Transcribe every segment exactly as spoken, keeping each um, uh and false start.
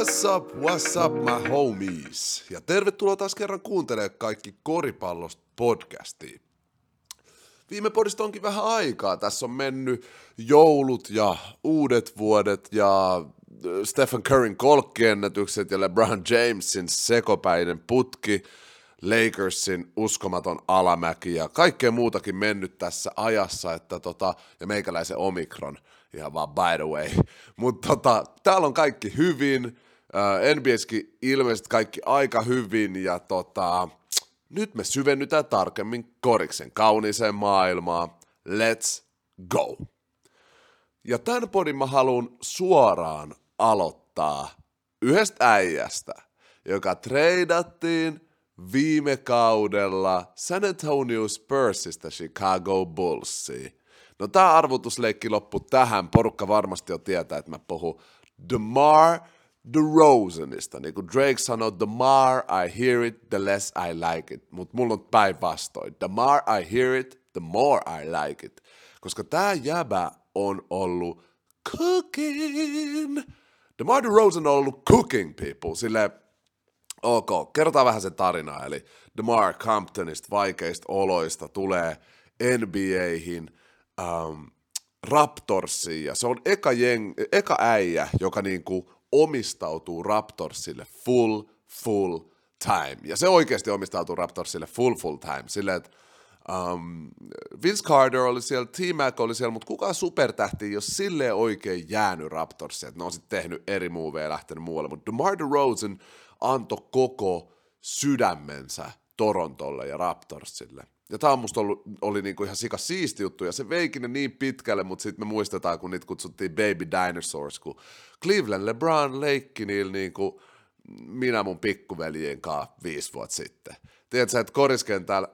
What's up, what's up, my homies? Ja tervetuloa taas kerran kuuntelemaan kaikki Koripallosta podcastia. Viime podista onkin vähän aikaa. Tässä on mennyt joulut ja uudet vuodet ja Stephen Curryn kolkkiennätykset ja LeBron Jamesin sekopäinen putki, Lakersin uskomaton alamäki ja kaikkea muutakin mennyt tässä ajassa, että tota, ja meikäläisen Omikron, ihan vaan by the way. Mutta tota, täällä on kaikki hyvin, uh, N B A:skin ilmeisesti kaikki aika hyvin, ja tota, nyt me syvennytään tarkemmin koriksen kauniiseen maailmaan. Let's go! Ja tämän podin mä haluan suoraan aloittaa yhdestä äijästä, joka treidattiin viime kaudella San Antonio Spursista Chicago Bullsiin. No tää arvutusleikki loppui tähän, porukka varmasti jo tietää, että mä puhun DeMar DeRozanista. Niin kuin Drake sanoi, the more I hear it, the less I like it. Mutta mulla on päinvastoin. The more I hear it, the more I like it. Koska tää jäbä on ollut cooking. DeMar DeRozan on ollut cooking people. Silleen, ok, kerrotaan vähän sen tarinaa. Eli DeMar Comptonista, vaikeista oloista, tulee N B A:hin, um, Raptorsiin. Ja se on eka, jeng, eka äijä, joka niinku omistautuu Raptorsille full, full time. Ja se oikeasti omistautuu Raptorsille full, full time. Silleen, että um, Vince Carter oli siellä, T-Mac oli siellä, mutta kukaan supertähti ei ole silleen oikein jäänyt Raptorsiin, että ne on sitten tehnyt eri moveja ja lähtenyt muualle. Mutta DeMar DeRozan antoi koko sydämensä Torontolle ja Raptorsille. Ja tämä on musta ollut, oli niinku ihan sika siisti juttu, ja se veikin ne niin pitkälle, mutta sitten me muistetaan, kun niitä kutsuttiin Baby Dinosaurs, kun Cleveland LeBron leikki niillä niinku minä mun pikkuveljen kanssa viisi vuotta sitten. Tiedätkö, että koriskentällä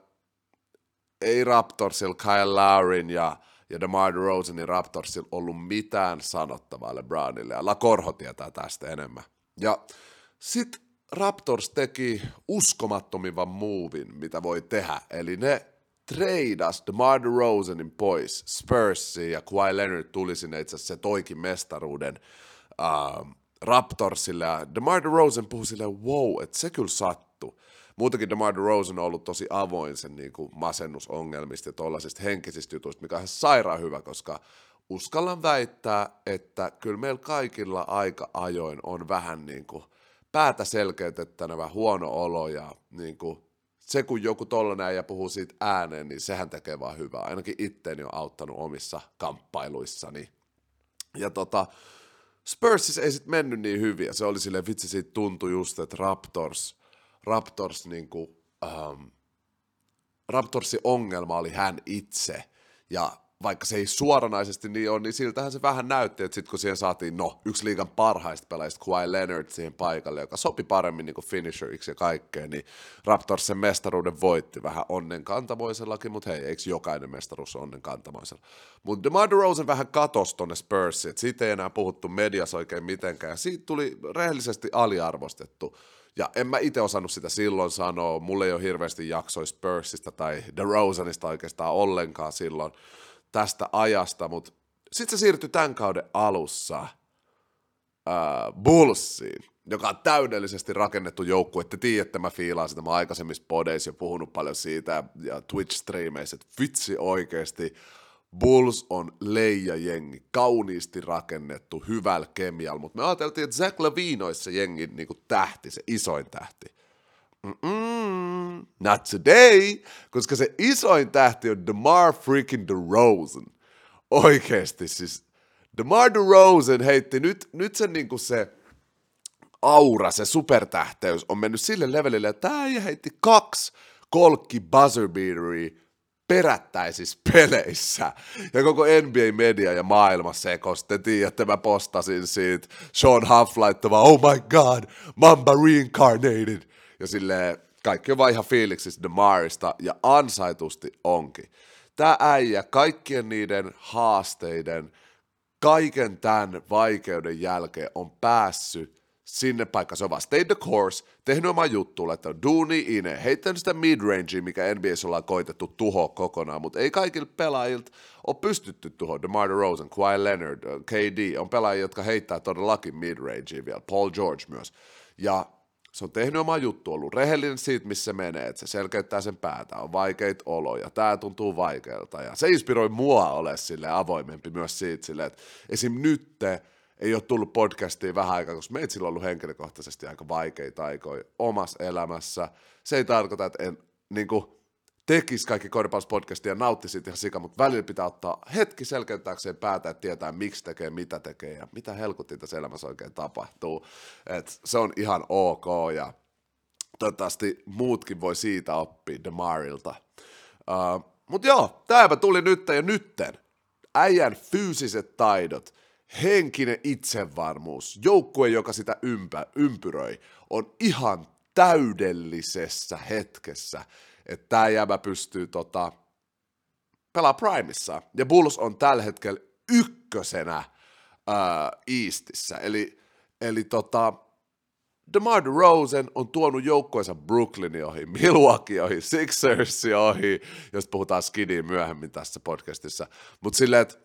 ei Raptorsilla Kyle Lowryn ja, ja DeMar DeRozanin Raptorsilla ollut mitään sanottavaa LeBronille, ja La Corho tietää tästä enemmän. Ja sitten Raptors teki uskomattomivan movin, mitä voi tehdä, eli ne treidas DeMar DeRozanin pois Spursiin, ja Kawhi Leonard tuli sinne, itse asiassa se toikin mestaruuden uh, Raptorsille, ja DeMar DeRozan puhui silleen, wow, että se kyllä sattui. Muutenkin DeMar DeRozan on ollut tosi avoin sen niin kuin masennusongelmista ja tollaisista henkisistä jutuista, mikä on sairaan hyvä, koska uskallan väittää, että kyllä meillä kaikilla aika ajoin on vähän niin kuin päätä selkeytettänä huono olo, ja niin kuin, se kun joku tollainen äijä puhuu siitä ääneen, niin sehän tekee vaan hyvää. Ainakin itteeni on auttanut omissa kamppailuissani. Ja tota, Spursissa ei sitten mennyt niin hyvin, ja se oli silleen, vitsi, siitä tuntui just, että Raptors, Raptors niinku, ähm, Raptorsin ongelma oli hän itse, ja vaikka se ei suoranaisesti niin ole, niin siltähän se vähän näytti, että sitten kun siihen saatiin, no, yksi liigan parhaista pelaajista, Kawhi Leonard siihen paikalle, joka sopi paremmin niin kuin finisheriksi ja kaikkea, niin Raptors sen mestaruuden voitti vähän onnenkantamoisellakin, mutta hei, eikö jokainen mestaruus ole onnenkantamoisella? Mutta DeMar DeRozan vähän katosi tonne Spursiin, että siitä ei enää puhuttu mediassa oikein mitenkään, ja siitä tuli rehellisesti aliarvostettu. Ja en mä itse osannut sitä silloin sanoa, mulla ei ole hirveästi jaksoi Spursista tai DeRozanista oikeastaan ollenkaan silloin tästä ajasta, mutta sitten se siirtyi tämän kauden alussa ää, Bullsiin, joka on täydellisesti rakennettu joukkue. Te tiedätte, mä fiilaan sitä, mä aikaisemmissa podeissa jo puhunut paljon siitä ja Twitch-striimeissä, että vitsi oikeasti, Bulls on leijajengi, kauniisti rakennettu, hyvällä kemialla, mutta me ajateltiin, että Zach LaVine olisi se jengin niin kuin tähti, se isoin tähti. Mm-mm, not today, koska se isoin tähti on DeMar freaking DeRozan. Oikeesti siis DeMar DeRozan heitti nyt, nyt sen niinku se aura, se supertähteys on mennyt sille levelille, että tää ei heitti kaksi kolkki buzzer beateria perättäisissä peleissä. Ja koko N B A-media ja maailma sekosi. Te tiedätte, mä postasin siitä Sean Huff laittava, oh my god, Mamba reincarnated. Ja silleen, kaikki on vaan ihan fiiliksissä DeMarista, ja ansaitusti onkin. Tää äijä kaikkien niiden haasteiden, kaiken tämän vaikeuden jälkeen on päässyt sinne paikka, se on vaan stay the course, tehnyt oma juttu, laittanut duuni ine, heittänyt sitä mid-rangea, mikä N B A:ssä ollaan koitettu tuhoa kokonaan, mutta ei kaikilla pelaajilta ole pystytty tuhoa. DeMar DeRozan, Kawhi Leonard, K D, on pelaajia, jotka heittää todellakin mid-rangea vielä, Paul George myös, ja se on tehnyt oma juttu, ollut rehellinen siitä, missä se menee, että se selkeyttää sen päätä, on vaikeita oloja, tää tuntuu vaikealta, ja se inspiroi mua olemaan silleen avoimempi myös siitä silleen, että esim. Nytte ei ole tullut podcastiin vähän aikaa, koska meitä on ollut henkilökohtaisesti aika vaikeita aikoja omassa elämässä. Se ei tarkoita, että en niin kuin, tekisi kaikki koripallospodcastia ja nauttisi siitä ihan sika, mutta välillä pitää ottaa hetki selkeyttääkseen päätä, että tietää miksi tekee, mitä tekee ja mitä helkutin tässä elämässä oikein tapahtuu. Et se on ihan ok ja toivottavasti muutkin voi siitä oppia DeMarilta. Uh, mutta joo, tääpä tuli nytten ja nytten. Äijän fyysiset taidot, henkinen itsevarmuus, joukkue, joka sitä ympä, ympyröi, on ihan täydellisessä hetkessä, että tämä jäbä pystyy tota, pelaa Primessa. Ja Bulls on tällä hetkellä ykkösenä ää, Eastissä. Eli, eli tota, DeMar DeRozan on tuonut joukkoensa Brooklynin ohi, Milwaukee ohi, Sixersin ohi, josta puhutaan skidiin myöhemmin tässä podcastissa. Mutta silleen, että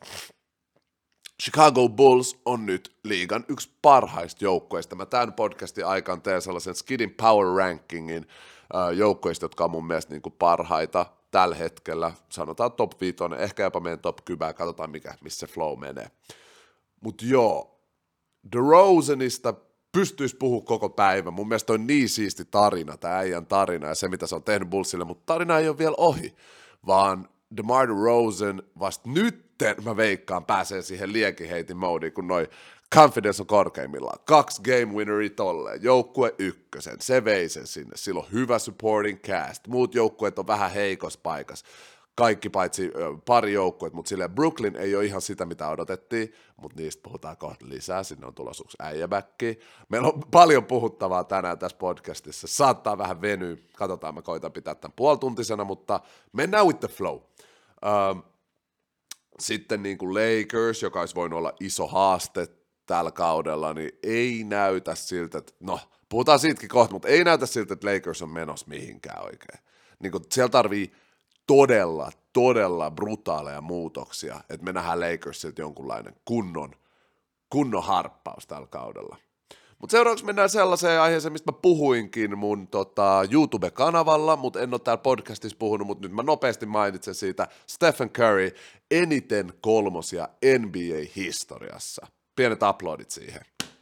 Chicago Bulls on nyt liigan yksi parhaista joukkoista. Mä tämän podcastin aikaan teen sellaisen skidin power rankingin äh, joukkoista, jotka on mun mielestä niin kuin parhaita tällä hetkellä. Sanotaan top viitonen, ehkä jopa meidän top kymmenen, katsotaan mikä, missä flow menee. Mutta joo, DeRozanista pystyisi puhua koko päivä. Mun mielestä on niin siisti tarina, tämä äijän tarina ja se, mitä se on tehnyt Bullsille, mutta tarina ei ole vielä ohi, vaan DeMar DeRozan vasta nytten, mä veikkaan, pääsee siihen liekiheitin moodiin, kun noi confidence on korkeimmillaan. Kaksi game winneria tolleen, joukkue ykkösen, se vei sen sinne, sillä on hyvä supporting cast, muut joukkueet on vähän heikossa paikassa, kaikki paitsi ö, pari joukkueet, mutta silleen Brooklyn ei ole ihan sitä, mitä odotettiin, mutta niistä puhutaan kohta lisää, sinne on tulossa yksi äijäbäkki. Meillä on paljon puhuttavaa tänään tässä podcastissa, saattaa vähän venyä, katsotaan, mä koitan pitää tämän puolituntisena, mutta mennään with the flow. Uh, sitten niin kuin Lakers, joka olisi voinut olla iso haaste tällä kaudella, niin ei näytä siltä, että, no puhutaan siitäkin kohta, mutta ei näytä siltä, että Lakers on menossa mihinkään oikein. Niin kuin siellä tarvii todella, todella brutaaleja muutoksia, että me nähdään Lakersilta jonkunlainen kunnon, kunnon harppaus tällä kaudella. Mutta seuraavaksi mennään sellaiseen aiheeseen, mistä mä puhuinkin mun tota, YouTube-kanavalla, mutta en ole täällä podcastissa puhunut, mutta nyt mä nopeasti mainitsen siitä. Stephen Curry, eniten kolmosia N B A-historiassa. Pienet aplodit siihen.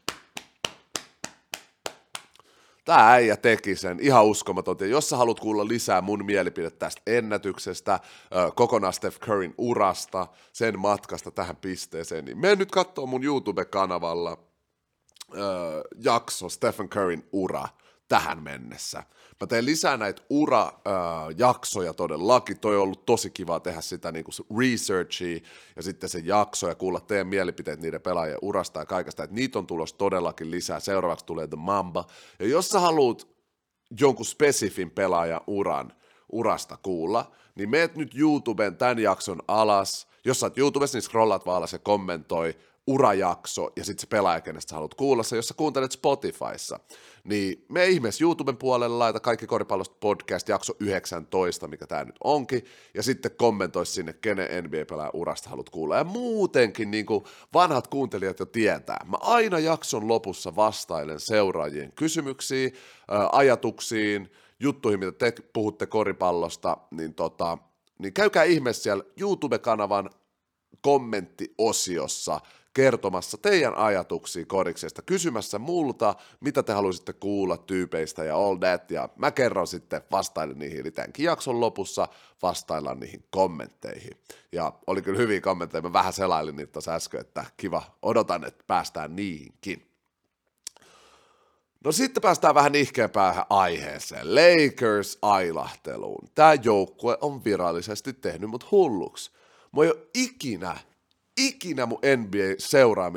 Tää äijä teki sen, ihan uskomaton. Ja jos sä haluat kuulla lisää mun mielipidettä tästä ennätyksestä, kokonaan Steph Curryn urasta, sen matkasta tähän pisteeseen, niin mene nyt kattoo mun YouTube-kanavalla Öö, jakso Stephen Curryn ura tähän mennessä. Mä teen lisää näitä ura-jaksoja öö, todellakin. Toi on ollut tosi kiva tehdä sitä niinku researchia ja sitten se jakso ja kuulla teidän mielipiteet niiden pelaajien urasta ja kaikesta. Että niitä on tulossa todellakin lisää. Seuraavaksi tulee The Mamba. Ja jos sä haluat jonkun spesifin pelaajan uran, urasta kuulla, niin meet nyt YouTuben tämän jakson alas. Jos sä oot YouTubessa, niin scrollaat vaan alas ja kommentoi urajakso, ja sitten se pelaaja, kenestä sä haluat kuulla se, jos sä kuuntelet Spotifyssa, niin me ihmeessä YouTuben puolelle laita kaikki koripallosta podcast, jakso yhdeksäntoista, mikä tää nyt onkin, ja sitten kommentoi sinne, kenen N B A-pelaajan urasta haluat kuulla, ja muutenkin niin kuin vanhat kuuntelijat jo tietää, mä aina jakson lopussa vastailen seuraajien kysymyksiin, ää, ajatuksiin, juttuihin, mitä te puhutte koripallosta, niin, tota, niin käykää ihmeessä siellä YouTube-kanavan kommenttiosiossa kertomassa teidän ajatuksia koriksesta, kysymässä multa, mitä te haluaisitte kuulla tyypeistä ja all that, ja mä kerron sitten, vastailen niihin, eli tämänkin jakson lopussa vastaillaan niihin kommentteihin. Ja oli kyllä hyviä kommentteja, mä vähän selailin niitä tuossa äsken, että kiva, odotan, että päästään niihinkin. No sitten päästään vähän nihkeämpään aiheeseen, Lakers ailahteluun. Tää joukkue on virallisesti tehnyt mut hulluksi. Mä ei ole ikinä, ikinä mun N B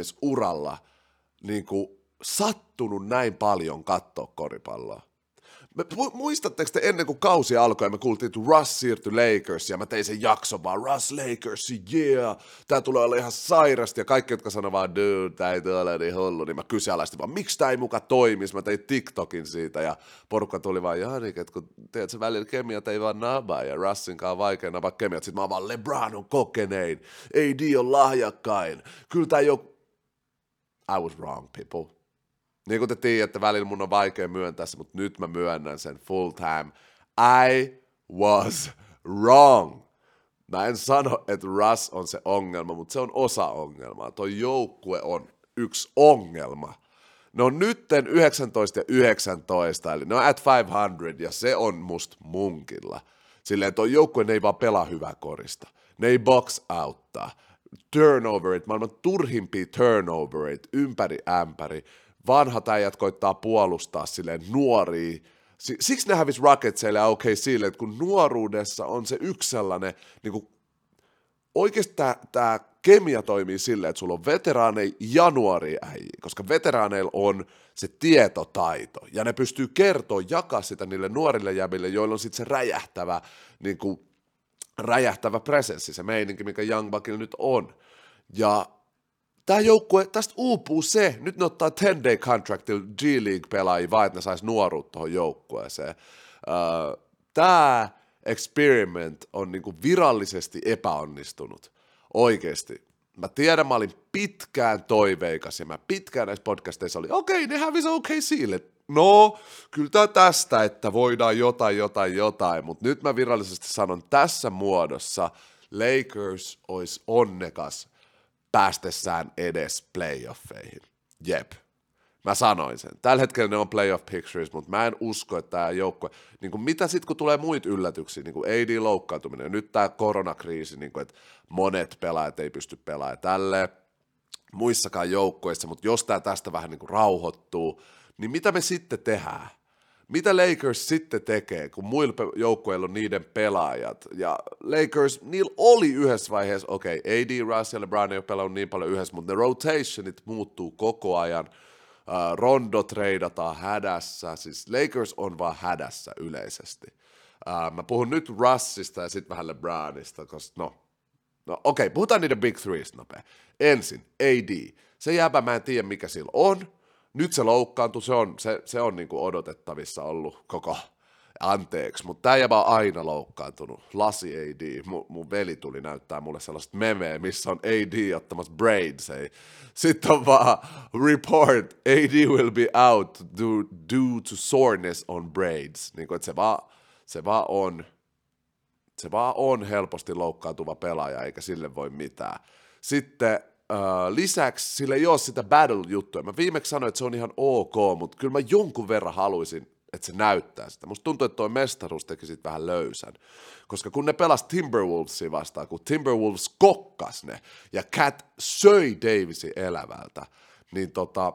A-seuraamisuralla niin kuin sattunut näin paljon katsoa koripalloa. Me, muistatteko te ennen kuin kausi alkoi, me kuultiin, että Russ siirtyi Lakers, ja mä tein sen jakson vaan, Russ Lakers, yeah, tää tulee olla ihan sairasti, ja kaikki, jotka sanoo vaan, dude, tää ei ole niin hullu, niin mä kyseenalaistin vaan, miksi tää ei muka toimisi, mä tein TikTokin siitä, ja porukka tuli vaan, Janik, että kun teet se välillä kemiat ei vaan nabaa, ja Russinkaan on vaikea nabaa kemiat, sit mä oon vaan, LeBron on kokenein, A D on lahjakkain, kyllä tää jo, I was wrong, people. Niin kuin te tiedätte, välillä mun on vaikea myöntää se, mutta nyt mä myönnän sen full time. I was wrong. Mä en sano, että Russ on se ongelma, mutta se on osa ongelmaa. Toi joukkue on yksi ongelma. Ne on nytten yhdeksäntoista ja yhdeksäntoista, eli ne on at viisisataa, ja se on musta munkilla. Silleen toi joukkue ne ei vaan pelaa hyvää korista. Ne ei box outtaa. Turnoverit, maailman turhimpia turnoverit, ympäri ämpäri. Vanhat äijät koittaa puolustaa silleen nuoria. Siksi ne hävisi Rocketsille ja okei okay, sille, että kun nuoruudessa on se yksi sellainen, niin kuin, oikeasti tämä kemia toimii silleen, että sulla on veteraaneja ja nuoria äijiä, koska veteraaneilla on se tietotaito, ja ne pystyy kertoa, jakaa sitä niille nuorille jäbille, joilla on sitten se räjähtävä, niin kuin, räjähtävä presenssi, se meininki, mikä Young Buckilla nyt on. Ja tämä joukkue, tästä uupuu se, nyt ne ottaa ten day contractilla G-League-pelaajia vaan, että ne sais nuoruutta tuohon joukkueeseen. Uh, tämä experiment on niinku virallisesti epäonnistunut, oikeasti. Mä tiedän, mä olin pitkään toiveikas, ja mä pitkään näissä podcasteissa oli, okei, okay, ne hävisi O K C:lle. No, kyllä tää tästä, että voidaan jotain, jotain, jotain, mutta nyt mä virallisesti sanon, tässä muodossa Lakers olisi onnekas päästessään edes playoffeihin. Jep. Mä sanoin sen. Tällä hetkellä ne on playoff pictures, mutta mä en usko, että tämä joukkue, niin kuin mitä sitten kun tulee muita yllätyksiä, niin kuin A D-loukkaantuminen, nyt tämä koronakriisi, niin kuin, että monet pelaajat ei pysty pelaamaan tälleen muissakaan joukkueissa, mutta jos tämä tästä vähän niin kuin rauhoittuu, niin mitä me sitten tehdään? Mitä Lakers sitten tekee, kun muilla joukkueilla on niiden pelaajat? Ja Lakers, niillä oli yhdessä vaiheessa, okei, okay, A D, Russ ja LeBron ei ole pelannut niin paljon yhdessä, mutta ne rotationit muuttuu koko ajan. Uh, Rondo treidataan hädässä, siis Lakers on vaan hädässä yleisesti. Uh, mä puhun nyt Russista ja sitten vähän LeBronista, koska no, no okei, okay, puhutaan niiden Big Threes nopea. Ensin A D, se jääpä mä en tiedä mikä sillä on. Nyt se loukkaantui, se on, se, se on niin kuin odotettavissa ollut koko, anteeksi, mutta tämä jäbä on aina loukkaantunut. Lasi A D, mun, mun veli tuli näyttää mulle sellaista memeä, missä on A D ottamassa braids. Sitten on vaan report, A D will be out due, due to soreness on braids. Niin kuin, että se vaan, se vaan on, se vaan on helposti loukkaantuva pelaaja, eikä sille voi mitään. Sitten Uh, lisäksi sillä ei ole sitä battle-juttua. Mä viimeksi sanoin, että se on ihan ok, mutta kyllä mä jonkun verran haluaisin, että se näyttää sitä. Musta tuntuu, että toi mestaruus teki sit vähän löysän. Koska kun ne pelas Timberwolvesia vastaan, kun Timberwolves kokkas ne, ja Cat söi Davisin elävältä, niin tota,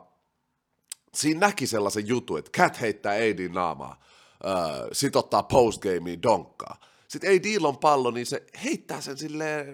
siinä näki sellaisen jutun, että Cat heittää A D naamaa, uh, sit ottaa postgamea donkkaa. Sitten A D:llä on pallo, niin se heittää sen silleen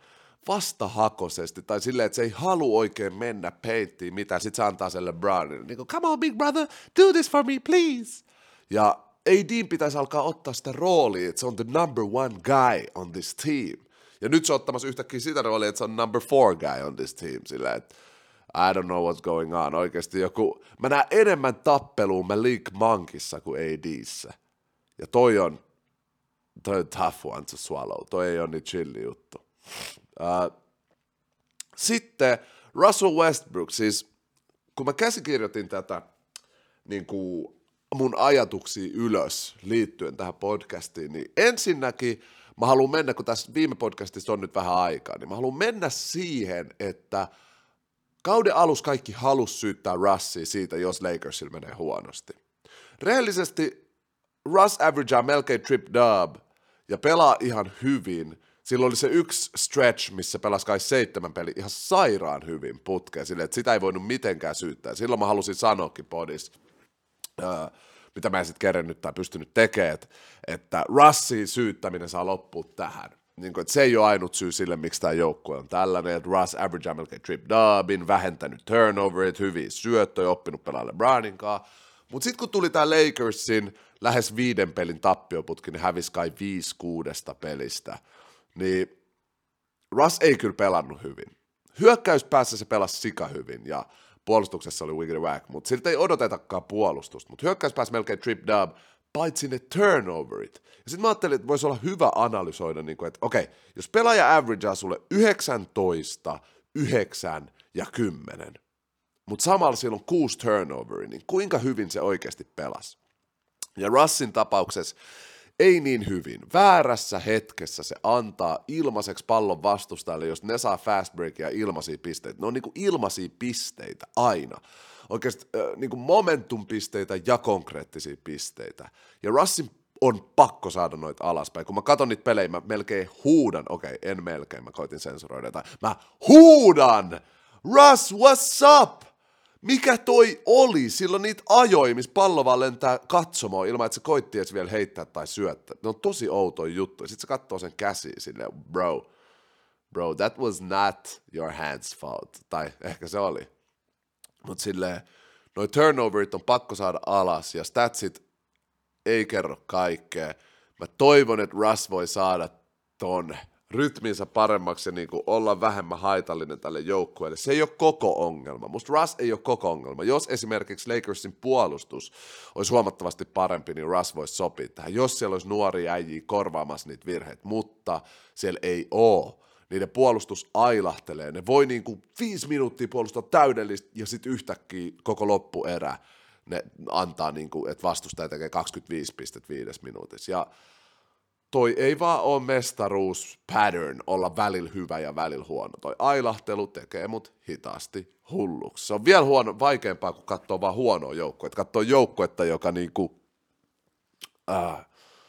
vastahakoisesti, tai silleen, että se ei halua oikein mennä peittiin mitään, sit se antaa sen LeBronille, niin kuin, come on big brother, do this for me, please. Ja A D:n pitäisi alkaa ottaa sitä roolia, että se on the number one guy on this team. Ja nyt se on ottamassa yhtäkkiä sitä roolia, että se on number four guy on this team, silleen, että I don't know what's going on, oikeasti joku, mä näen enemmän tappelua Malik Monkissa kuin A D:ssä. Ja toi on, toi on tough one to swallow, toi ei ole niin chilli juttu. Uh, sitten Russell Westbrook, siis kun mä käsikirjoitin tätä niin kuin mun ajatuksia ylös liittyen tähän podcastiin, niin ensinnäkin mä haluan mennä, kun tässä viime podcastissa on nyt vähän aikaa, niin mä haluan mennä siihen, että kauden alussa kaikki halus syyttää Russia siitä, jos Lakersilla menee huonosti. Rehellisesti Russ averagea melkein trip-dub ja pelaa ihan hyvin. Silloin oli se yksi stretch, missä pelasi kai seitsemän peli ihan sairaan hyvin putkeen, silleen, että sitä ei voinut mitenkään syyttää. Silloin mä halusin sanoakin podissa, äh, mitä mä en sitten kerennyt tai pystynyt tekemään, että, että Russin syyttäminen saa loppua tähän. Niin kuin, että se ei ole ainut syy sille, miksi tämä joukkue on tällainen, että Russ average melkein trip dubin, vähentänyt turnoverit, hyviä syöttöjä, oppinut pelaa LeBronin kanssa, Mutta sitten kun tuli tämä Lakersin lähes viiden pelin tappioputki, niin hävisi kai viisi kuudesta pelistä, niin Russ ei kyllä pelannut hyvin. Hyökkäyspäässä se pelasi sika hyvin, ja puolustuksessa oli wiggity whack, mutta siltä ei odotetakaan puolustusta, mutta hyökkäyspäässä melkein trip dub, paitsi ne turnoverit. Ja sitten mä ajattelin, että voisi olla hyvä analysoida, niin kuin, että okei, okay, jos pelaaja averagea sulle yhdeksäntoista, yhdeksän ja kymmenen, mutta samalla siellä on kuusi turnoveria, niin kuinka hyvin se oikeasti pelasi? Ja Russin tapauksessa ei niin hyvin. Väärässä hetkessä se antaa ilmaiseksi pallon vastustajalle, jos ne saa fast breakia ja ilmaisia pisteitä. Ne on niinku ilmaisia pisteitä aina. Oikeasti äh, niinku momentum-pisteitä ja konkreettisia pisteitä. Ja Russin on pakko saada noita alaspäin. Kun mä katon niitä pelejä, mä melkein huudan. Okei, okay, en melkein, mä koitin sensuroida jotain. Mä huudan! Russ, what's up? Mikä toi oli? Silloin niitä ajoja, missä pallo vaan lentää katsomaan ilman, että se koitti edes vielä heittää tai syöttää. Ne on tosi outoja juttuja. Sitten se katsoo sen käsiä silleen, bro, bro, that was not your hand's fault. Tai ehkä se oli. Mutta silleen, noi turnoverit on pakko saada alas ja statsit ei kerro kaikkea. Mä toivon, että Russ voi saada ton rytminsä paremmaksi ja niin kuin olla vähemmän haitallinen tälle joukkueelle. Se ei ole koko ongelma. Musta Russ ei ole koko ongelma. Jos esimerkiksi Lakersin puolustus olisi huomattavasti parempi, niin Russ voisi sopia tähän. Jos siellä olisi nuoria äijiä korvaamassa niitä virheitä, mutta siellä ei ole. Niiden puolustus ailahtelee. Ne voi niin kuin viisi minuuttia puolustaa täydellistä ja sitten yhtäkkiä koko loppuerä ne antaa, niin kuin, että vastustaja tekee kaksikymmentäviisi pistettä viides minuutissa. Ja toi ei vaan ole mestaruus pattern olla välillä hyvä ja välillä huono. Toi ailahtelu tekee mut hitaasti hulluksi. Se on vielä huono, vaikeampaa, kun katsoo vaan huonoa joukkuetta. Katsoo joukkuetta, joka niinku, äh,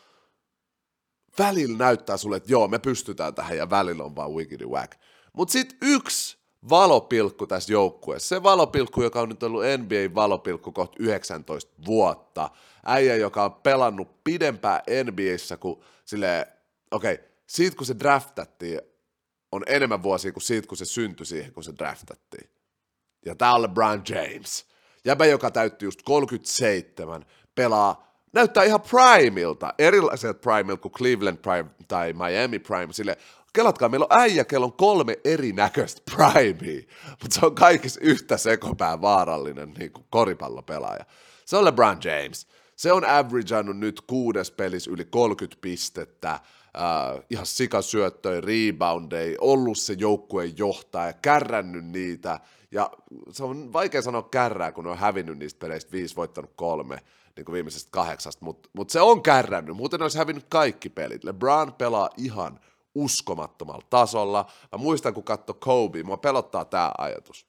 välillä näyttää sulle, että joo, me pystytään tähän ja välillä on vaan wiggity whack. Mut sit yksi valopilkku tässä joukkueessa, se valopilkku, joka on nyt ollut N B A-valopilkku kohta yhdeksäntoista vuotta, äijä, joka on pelannut pidempään N B A:ssä kuin silleen, okei, okay, siitä kun se draftattiin, on enemmän vuosia kuin siitä, kun se syntyi siihen, kun se draftattiin. Ja tää on LeBron James. Jäbä, joka täytti just kolmekymmentäseitsemän, pelaa, näyttää ihan primeilta, erilaiselta primeilta kuin Cleveland Prime tai Miami Prime, silleen, kelatkaa, meillä on äijä, kello on kolme erinäköistä primea, mutta se on kaikissa yhtä sekopää vaarallinen niin kuin koripallopelaaja. Se on LeBron James. Se on averageannut nyt kuudes pelissä yli kolmekymmentä pistettä, äh, ihan sikasyöttöjä, reboundeja, ollut se joukkueen johtaja, kärrännyt niitä, ja se on vaikea sanoa kärrää, kun ne on hävinnyt niistä peleistä viisi, voittanut kolme, niin kuin viimeisestä kahdeksasta, mutta mut se on kärrännyt, muuten olisi hävinnyt kaikki pelit. LeBron pelaa ihan uskomattomalla tasolla. Mä muistan, kun katsoi Kobe, mua pelottaa tää ajatus.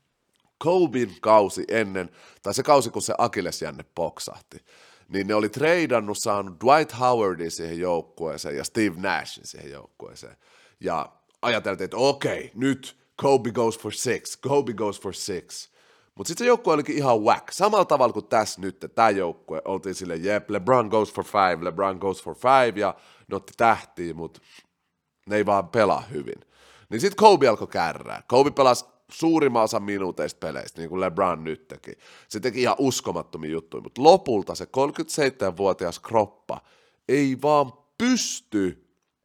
Koben kausi ennen, tai se kausi, kun se Akillesjänne poksahti, niin ne oli treidannut, saanut Dwight Howardin siihen joukkueeseen ja Steve Nashin siihen joukkueeseen. Ja ajateltiin, että okei, nyt Kobe goes for six, Kobe goes for six. Mutta sitten se joukkue olikin ihan whack. Samalla tavalla kuin tässä nyt, tämä joukkue, oltiin silleen, jep, LeBron goes for five, LeBron goes for five, ja ne otti tähtiä, mutta ne ei vaan pelaa hyvin. Niin sitten Kobe alkoi kärrää. Kobe pelasi suurimman osan minuuteista peleistä, niin kuin LeBron nyt teki. Se teki ihan uskomattomia juttuja, mutta lopulta se kolmekymmentäseitsemänvuotias kroppa ei vaan pysty,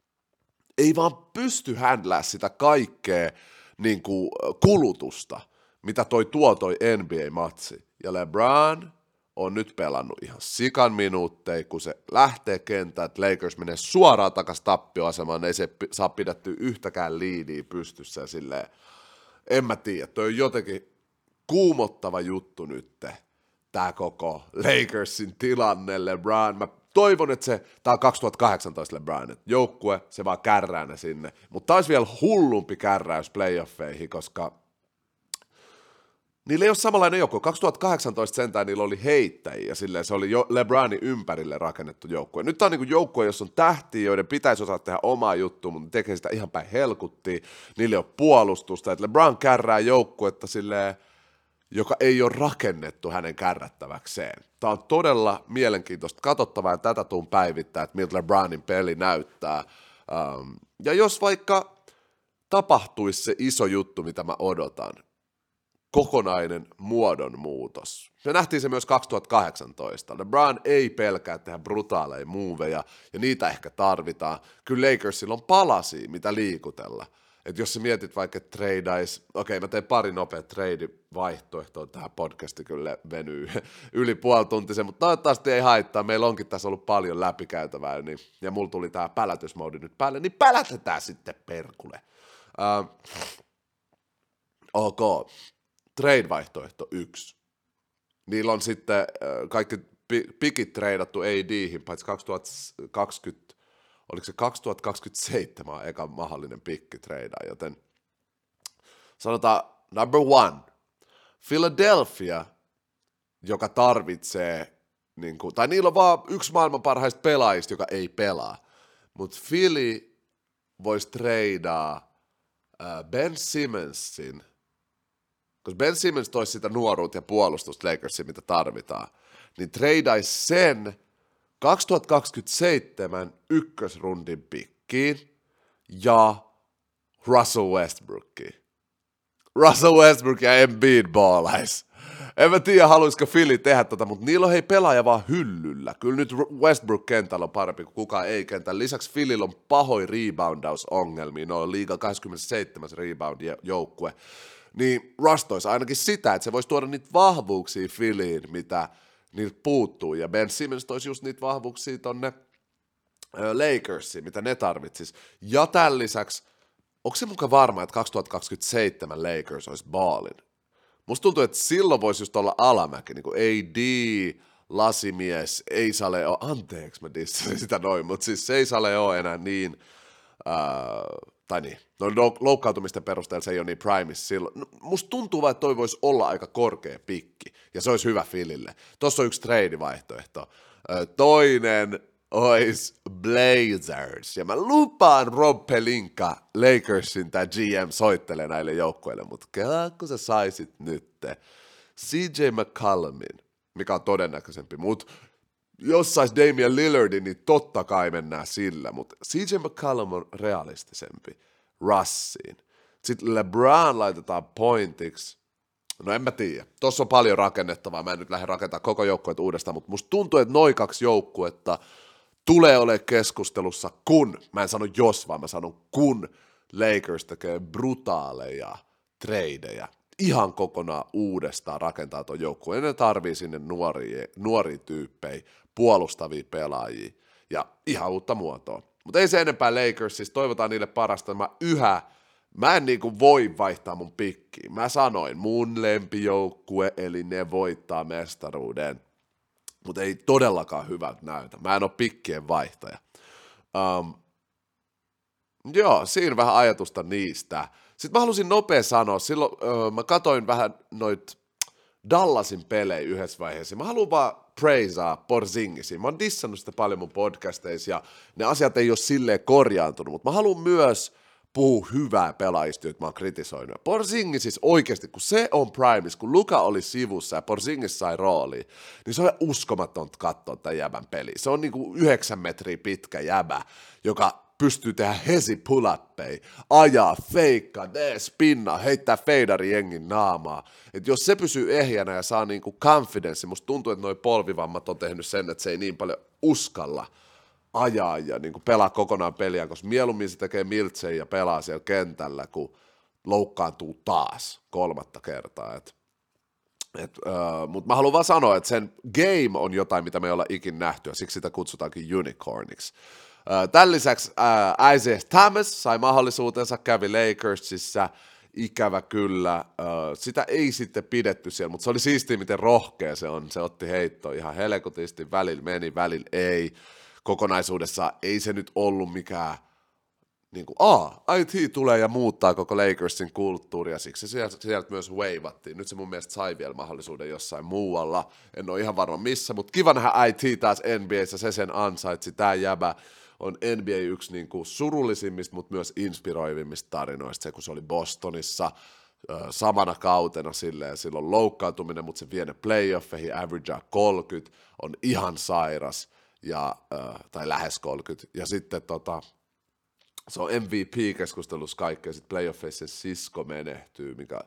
ei vaan pysty handlää sitä kaikkea niin kuin kulutusta, mitä toi tuo toi N B A-matsi. Ja LeBron on nyt pelannut ihan sikan minuutteja, kun se lähtee kentään, että Lakers menee suoraan takaisin tappioasemaan, ei se saa pidettyä yhtäkään liidiä pystyssä ja silleen, en mä tiedä, toi on jotenkin kuumottava juttu nyt, tää koko Lakersin tilanne, LeBron, mä toivon, että se, tää on kaksituhattakahdeksantoista LeBron, että joukkue, se vaan kärrää ne sinne, mutta tää olisi vielä hullumpi kärräys playoffeihin, koska niillä ei ole samanlainen joukkue. kaksituhattakahdeksantoista sentään niillä oli heittäjiä, ja silleen se oli jo LeBronin ympärille rakennettu joukkue. Nyt tää on niinku joukkue, jossa on tähtiä, joiden pitäisi osata tehdä omaa juttua, mutta ne tekee sitä ihan päin helkuttiin. Niillä ei ole puolustusta, että LeBron kärrää joukkuetta silleen, joka ei ole rakennettu hänen kärrättäväkseen. Tää on todella mielenkiintoista katsottavaa, ja tätä tuun päivittää, että miltä LeBronin peli näyttää. Um, ja jos vaikka tapahtuisi se iso juttu, mitä mä odotan, kokonainen muodonmuutos. Me nähtiin se myös kaksituhattakahdeksantoista. LeBron ei pelkää tehdä brutaaleja moveja, ja niitä ehkä tarvitaan. Kyllä Lakersilla on palasia, mitä liikutella. Että jos sä mietit vaikka, että treidais, okei mä teen pari nopeat trade-vaihtoehtoa tähän podcasti, kyllä venyy yli puolituntisen, mutta toivottavasti ei haittaa, meillä onkin tässä ollut paljon läpikäytävää, niin, ja mulla tuli tää pälätysmoodi nyt päälle, niin pälätetään sitten perkule. Uh, ok, trade-vaihtoehto yksi. Niillä on sitten uh, kaikki pikit treidattu A D:hin, paitsi kaksituhattakaksikymmentä, oliko se kaksituhattakaksikymmentäseitsemän eka mahdollinen pikki treidaa, joten sanotaan number one, Philadelphia, joka tarvitsee, niin kuin, tai niillä on vaan yksi maailman parhaista pelaajista, joka ei pelaa, mutta Philly voisi treidaa uh, Ben Simmonsin, koska Ben Simmons toisi sitä nuoruutta ja puolustusta Lakersiin, mitä tarvitaan, niin treidaisi sen kaksituhattakaksikymmentäseitsemän ykkösrundin pikkiin ja Russell Westbrookiin. Russell Westbrook ja Embiid ballais. En mä tiedä, haluaisiko Philly tehdä tota, mutta niillä on hei pelaaja vaan hyllyllä. Kyllä nyt Westbrook kentällä on parempi kuin kukaan ei kentällä. Lisäksi Phillyllä on pahoin reboundausongelmia. Ne on liiga kaksikymmentäseitsemän rebound-joukkue. Niin Russ toisi ainakin sitä, että se voisi tuoda niitä vahvuuksia Phillyyn, mitä niiltä puuttuu, ja Ben Simmons toisi just niitä vahvuuksia tonne Lakersiin, mitä ne tarvitsis. Ja tämän lisäksi, onko se muka varma, että kaksituhattakaksikymmentäseitsemän Lakers olisi ballin? Musta tuntuu, että silloin voisi just olla alamäki, niin kuin A D, lasimies, ei sale ole, anteeksi mä dissasin sitä noin, mutta siis se ei sale ole enää niin, uh, tai niin, no loukkaantumisten perusteella se ei ole niin primis silloin. No, musta tuntuu vaan, että toi voisi olla aika korkea pikki, ja se olisi hyvä Phillylle. Tuossa on yksi trade-vaihtoehto. Toinen olisi Blazers, ja mä lupaan Rob Pelinka, Lakersin tai G M soittelee näille joukkueille, mutta kun sä saisit nyt C J McCollumin, mikä on todennäköisempi, mutta jos sais Damian Lillardin, niin totta kai mennään sillä, mutta C J McCollum on realistisempi Russiin. Sitten LeBron laitetaan pointiksi. No en mä tiedä. Tossa on paljon rakennettavaa. Mä en nyt lähde rakentamaan koko joukkuetta uudestaan, mutta musta tuntuu, että noi kaksi joukkuetta tulee olemaan keskustelussa, kun, mä en sano jos, vaan mä sanon kun Lakers tekee brutaaleja tradeja. Ihan kokonaan uudestaan rakentaa tuon joukkueen. Ne tarvii sinne nuoria, nuoria tyyppejä, puolustavia pelaajia ja ihan uutta muotoa. Mutta ei se enempää Lakers, siis toivotaan niille parasta. Mä yhä, mä en niinku voi vaihtaa mun pikkiä. Mä sanoin, mun lempijoukkue, eli ne voittaa mestaruuden. Mutta ei todellakaan hyvältä näytä. Mä en ole pikkien vaihtaja. Um, joo, siinä vähän ajatusta niistä. Sitten mä halusin nopea sanoa, silloin öö, mä katoin vähän noit Dallasin pelejä yhdessä vaiheessa. Mä haluan vaan praisea Porzingisia. Mä oon dissannut sitä paljon mun podcasteissa ja ne asiat ei ole silleen korjaantunut, mutta mä haluan myös puhua hyvää pelaajista, joita mä oon kritisoinut. Porzingis oikeasti, kun se on primis, kun Luka oli sivussa ja Porzingis sai rooliin, niin se on uskomatonta katsoa tämän jäbän peliä. Se on niinku yhdeksän metriä pitkä jäbä, joka pystyy tehdä hesi pull-uppeja, ajaa, feikkaa, D-spinna, heittää feidari jengin naamaa. Et jos se pysyy ehjänä ja saa niinku confidence, musta tuntuu, että noi polvivammat on tehnyt sen, että se ei niin paljon uskalla ajaa ja niinku pelaa kokonaan peliä, koska mieluummin se tekee miltsejä ja pelaa siellä kentällä, kun loukkaantuu taas kolmatta kertaa. Et, et, uh, Mutta mä haluan vaan sanoa, että sen game on jotain, mitä me ei olla ikin nähty, ja siksi sitä kutsutaankin unicorniksi. Uh, tämän lisäksi uh, Isaiah Thomas sai mahdollisuutensa, kävi Lakersissa, ikävä kyllä. Uh, sitä ei sitten pidetty siellä, mutta se oli siistiä, miten rohkea se on. Se otti heittoa ihan helkutisti, välillä meni, välillä ei. Kokonaisuudessa ei se nyt ollut mikään, niin kuin, aa, I T tulee ja muuttaa koko Lakersin kulttuuria, siksi sieltä, sieltä myös waivattiin. Nyt se mun mielestä sai vielä mahdollisuuden jossain muualla, en ole ihan varma missä, mutta kiva nähdä I T taas N B A:ssä, se sen ansaitsi, tää jäbä on N B A yksi niin kuin surullisimmista, mutta myös inspiroivimmista tarinoista, se kun se oli Bostonissa samana kautena silleen, silloin loukkaantuminen, mutta se vie ne playoffeihin, averagea kolmekymmentä, on ihan sairas, ja, tai lähes kolmekymmentä, ja sitten tota, se on M V P-keskustelussa kaikkea, sitten playoffeissa sisko menehtyy, mikä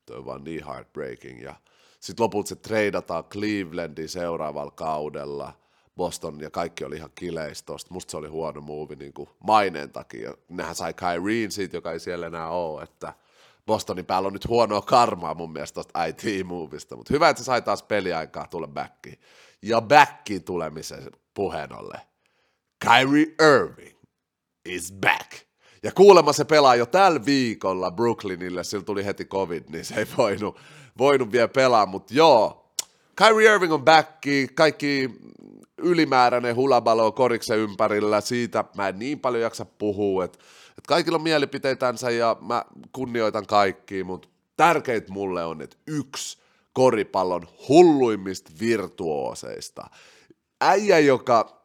lähtöön, vaan niin heartbreaking. Ja sitten lopulta se treidataan Clevelandiin seuraavalla kaudella, Boston, ja kaikki oli ihan kileistä tosta. Musta se oli huono muuvi niin kuin maineen takia. Nehän sai Kyrien siitä, joka ei siellä enää ole, että Bostonin päällä on nyt huonoa karmaa mun mielestä tosta I T-movista, mutta hyvä, että se sai taas peliaikaa tulla backiin. Ja backiin tulemisen puheen ollen. Kyrie Irving is back. Ja kuulemma se pelaa jo tällä viikolla Brooklynille, sillä tuli heti covid, niin se ei voinut, voinut vielä pelaa, mutta joo, Kyrie Irving on backi, kaikki ylimääräinen hulabalo koriksen ympärillä, siitä mä en niin paljon jaksa puhua, että et kaikilla on mielipiteitänsä ja mä kunnioitan kaikkia, mutta tärkeintä mulle on, että yksi koripallon hulluimmista virtuooseista, äijä, joka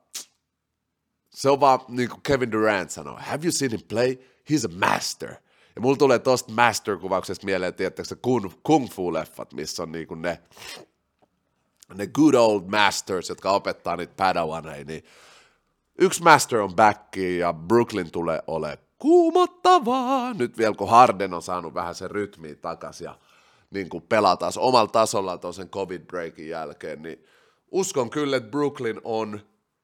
se on vaan niin kuin Kevin Durant sanoo, have you seen him play? He's a master. Ja mulla tulee tosta master-kuvauksesta mieleen, tiedättekö se kung, kung fu-leffat, missä on niin kuin ne, ne good old masters, jotka opettaa niitä padawaneja, niin yksi master on backi ja Brooklyn tulee ole kuumottavaa. Nyt vielä kun Harden on saanut vähän sen rytmiä takaisin ja niin kuin pelaa taas omalla tasollaan tuon sen covid-breakin jälkeen, niin uskon kyllä, että Brooklyn on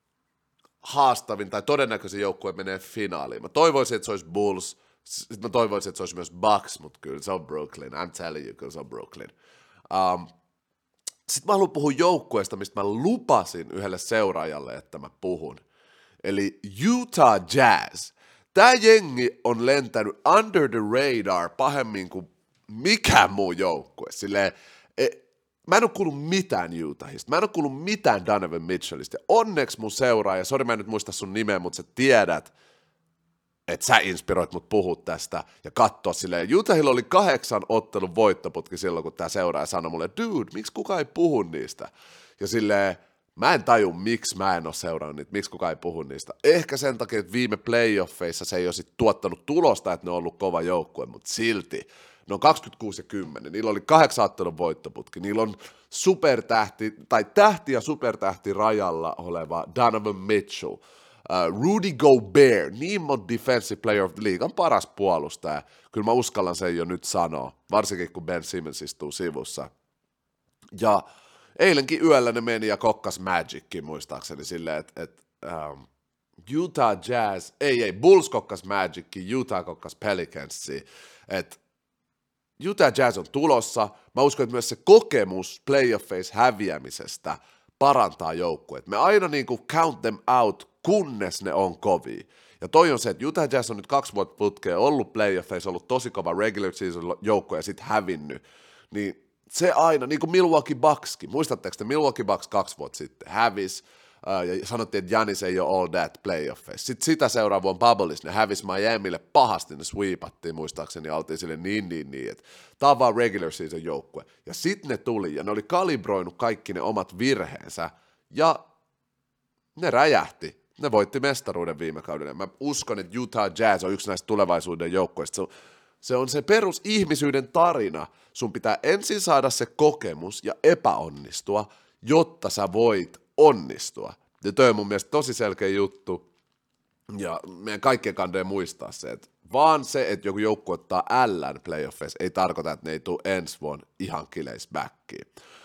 haastavin tai todennäköisin joukkue menee finaaliin. Mä toivoisin, että se olisi Bulls, sitten mä toivoisin, että se olisi myös Bucks, mutta kyllä se on Brooklyn. I'm telling you, kyllä se on Brooklyn. Um, sitten mä haluan puhua joukkueesta, mistä mä lupasin yhdelle seuraajalle, että mä puhun. Eli Utah Jazz. Tää jengi on lentänyt under the radar pahemmin kuin mikään muu joukkue. Silleen, e, mä en ole kuullut mitään Utahista, mä en ole kuullut mitään Donovan Mitchellistä. Onneksi mun seuraaja, sori mä en nyt muista sun nimeä, mutta sä tiedät, että sä inspiroit mut puhua tästä ja katsoa silleen. Utahilla oli kahdeksan ottelun voittoputki silloin, kun tää seuraaja sanoi mulle, dude, miksi kukaan ei puhu niistä? Ja silleen, mä en taju, miksi mä en ole seurannut niitä, miksi kukaan ei puhu niistä. Ehkä sen takia, että viime playoffeissa se ei ole sit tuottanut tulosta, että ne on ollut kova joukkue, mutta silti. Ne on kaksikymmentäkuusi ja kymmenen, niillä oli kahdeksan ottelun voittoputki, niillä on supertähti, tai tähti ja supertähti rajalla oleva Donovan Mitchell, uh, Rudy Gobert, niin monta defensive player of the league, on paras puolustaja, kyllä mä uskallan sen jo nyt sanoa, varsinkin kun Ben Simmons istuu sivussa. Ja eilenkin yöllä ne meni ja kokkas Magickin muistaakseni silleen, että et, um, Utah Jazz, ei ei, Bulls kokkas Magickin, Utah kokkas Pelicansia, että Utah Jazz on tulossa. Mä uskon, että myös se kokemus playoffeissa häviämisestä parantaa joukkueet. Me aina niin kuin count them out, kunnes ne on kovia. Ja toi on se, että Utah Jazz on nyt kaksi vuotta putkeen ollut playoffeissa, ollut tosi kova regular season joukkue ja sitten hävinnyt. Niin se aina, niin kuin Milwaukee Buckskin, muistatteko te Milwaukee Bucks kaksi vuotta sitten hävisi, ja sanottiin, että Giannis ei ole all that playoffeissa. Sitten sitä seuraava vuonna Bubbleissa ne hävisi Miamille pahasti, ne sweepattiin muistaakseni, ja oltiin sille niin, niin, niin, että tämä on vaan regular season joukkue. Ja sitten ne tuli, ja ne oli kalibroinut kaikki ne omat virheensä, ja ne räjähti. Ne voitti mestaruuden viime kaudella. Mä uskon, että Utah Jazz on yksi näistä tulevaisuuden joukkoista. Se on, se on se perus ihmisyyden tarina. Sun pitää ensin saada se kokemus ja epäonnistua, jotta sä voit onnistua. Ja toi on mun mielestä tosi selkeä juttu, ja meidän kaikkien kannattaa muistaa se, että vaan se, että joku joukkue ottaa L:n playoffeissa, ei tarkoita, että ne ei tule ensi vuonna ihan kileis backiin.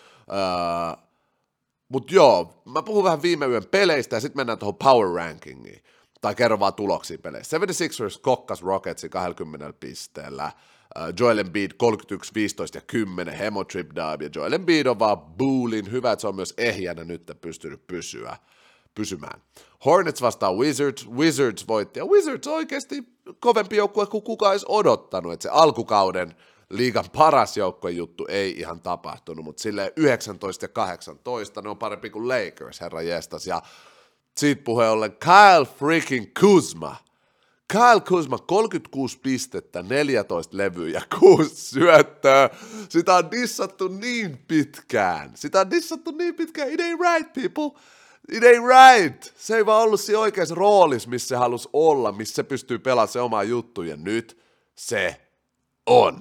Öö, Mutta joo, mä puhun vähän viime yön peleistä, ja sitten mennään tuohon power rankingiin, tai kerron vaan tuloksia peleissä. seitsemänkymmentäkuusi ers kokkas Rocketsin kaksikymmentä pisteellä, Joel Embiid kolmekymmentäyksi, viisitoista ja kymmenen, hemo trip dub, ja Joel Embiid on vaan buulin, hyvä, että se on myös ehjänä nyt pystynyt pysyä, pysymään. Hornets vastaan Wizards, Wizards voitti, ja Wizards oikeasti kovempi joukkue kuin kukaan olisi odottanut, että se alkukauden liigan paras joukkueen juttu ei ihan tapahtunut, mutta silleen yhdeksäntoista ja kahdeksantoista, ne on parempi kuin Lakers, herra jestas, ja siitä puheen ollen Kyle freaking Kuzma, Kyle Kuzma, kolmekymmentäkuusi pistettä, neljätoista levyä ja kuusi syöttöä. Sitä on dissattu niin pitkään. Sitä on dissattu niin pitkään. It ain't right, people. It ain't right. Se ei vaan ollut siinä oikeassa roolissa, missä se halusi olla, missä se pystyy pelaamaan se omaa juttu. Ja nyt se on.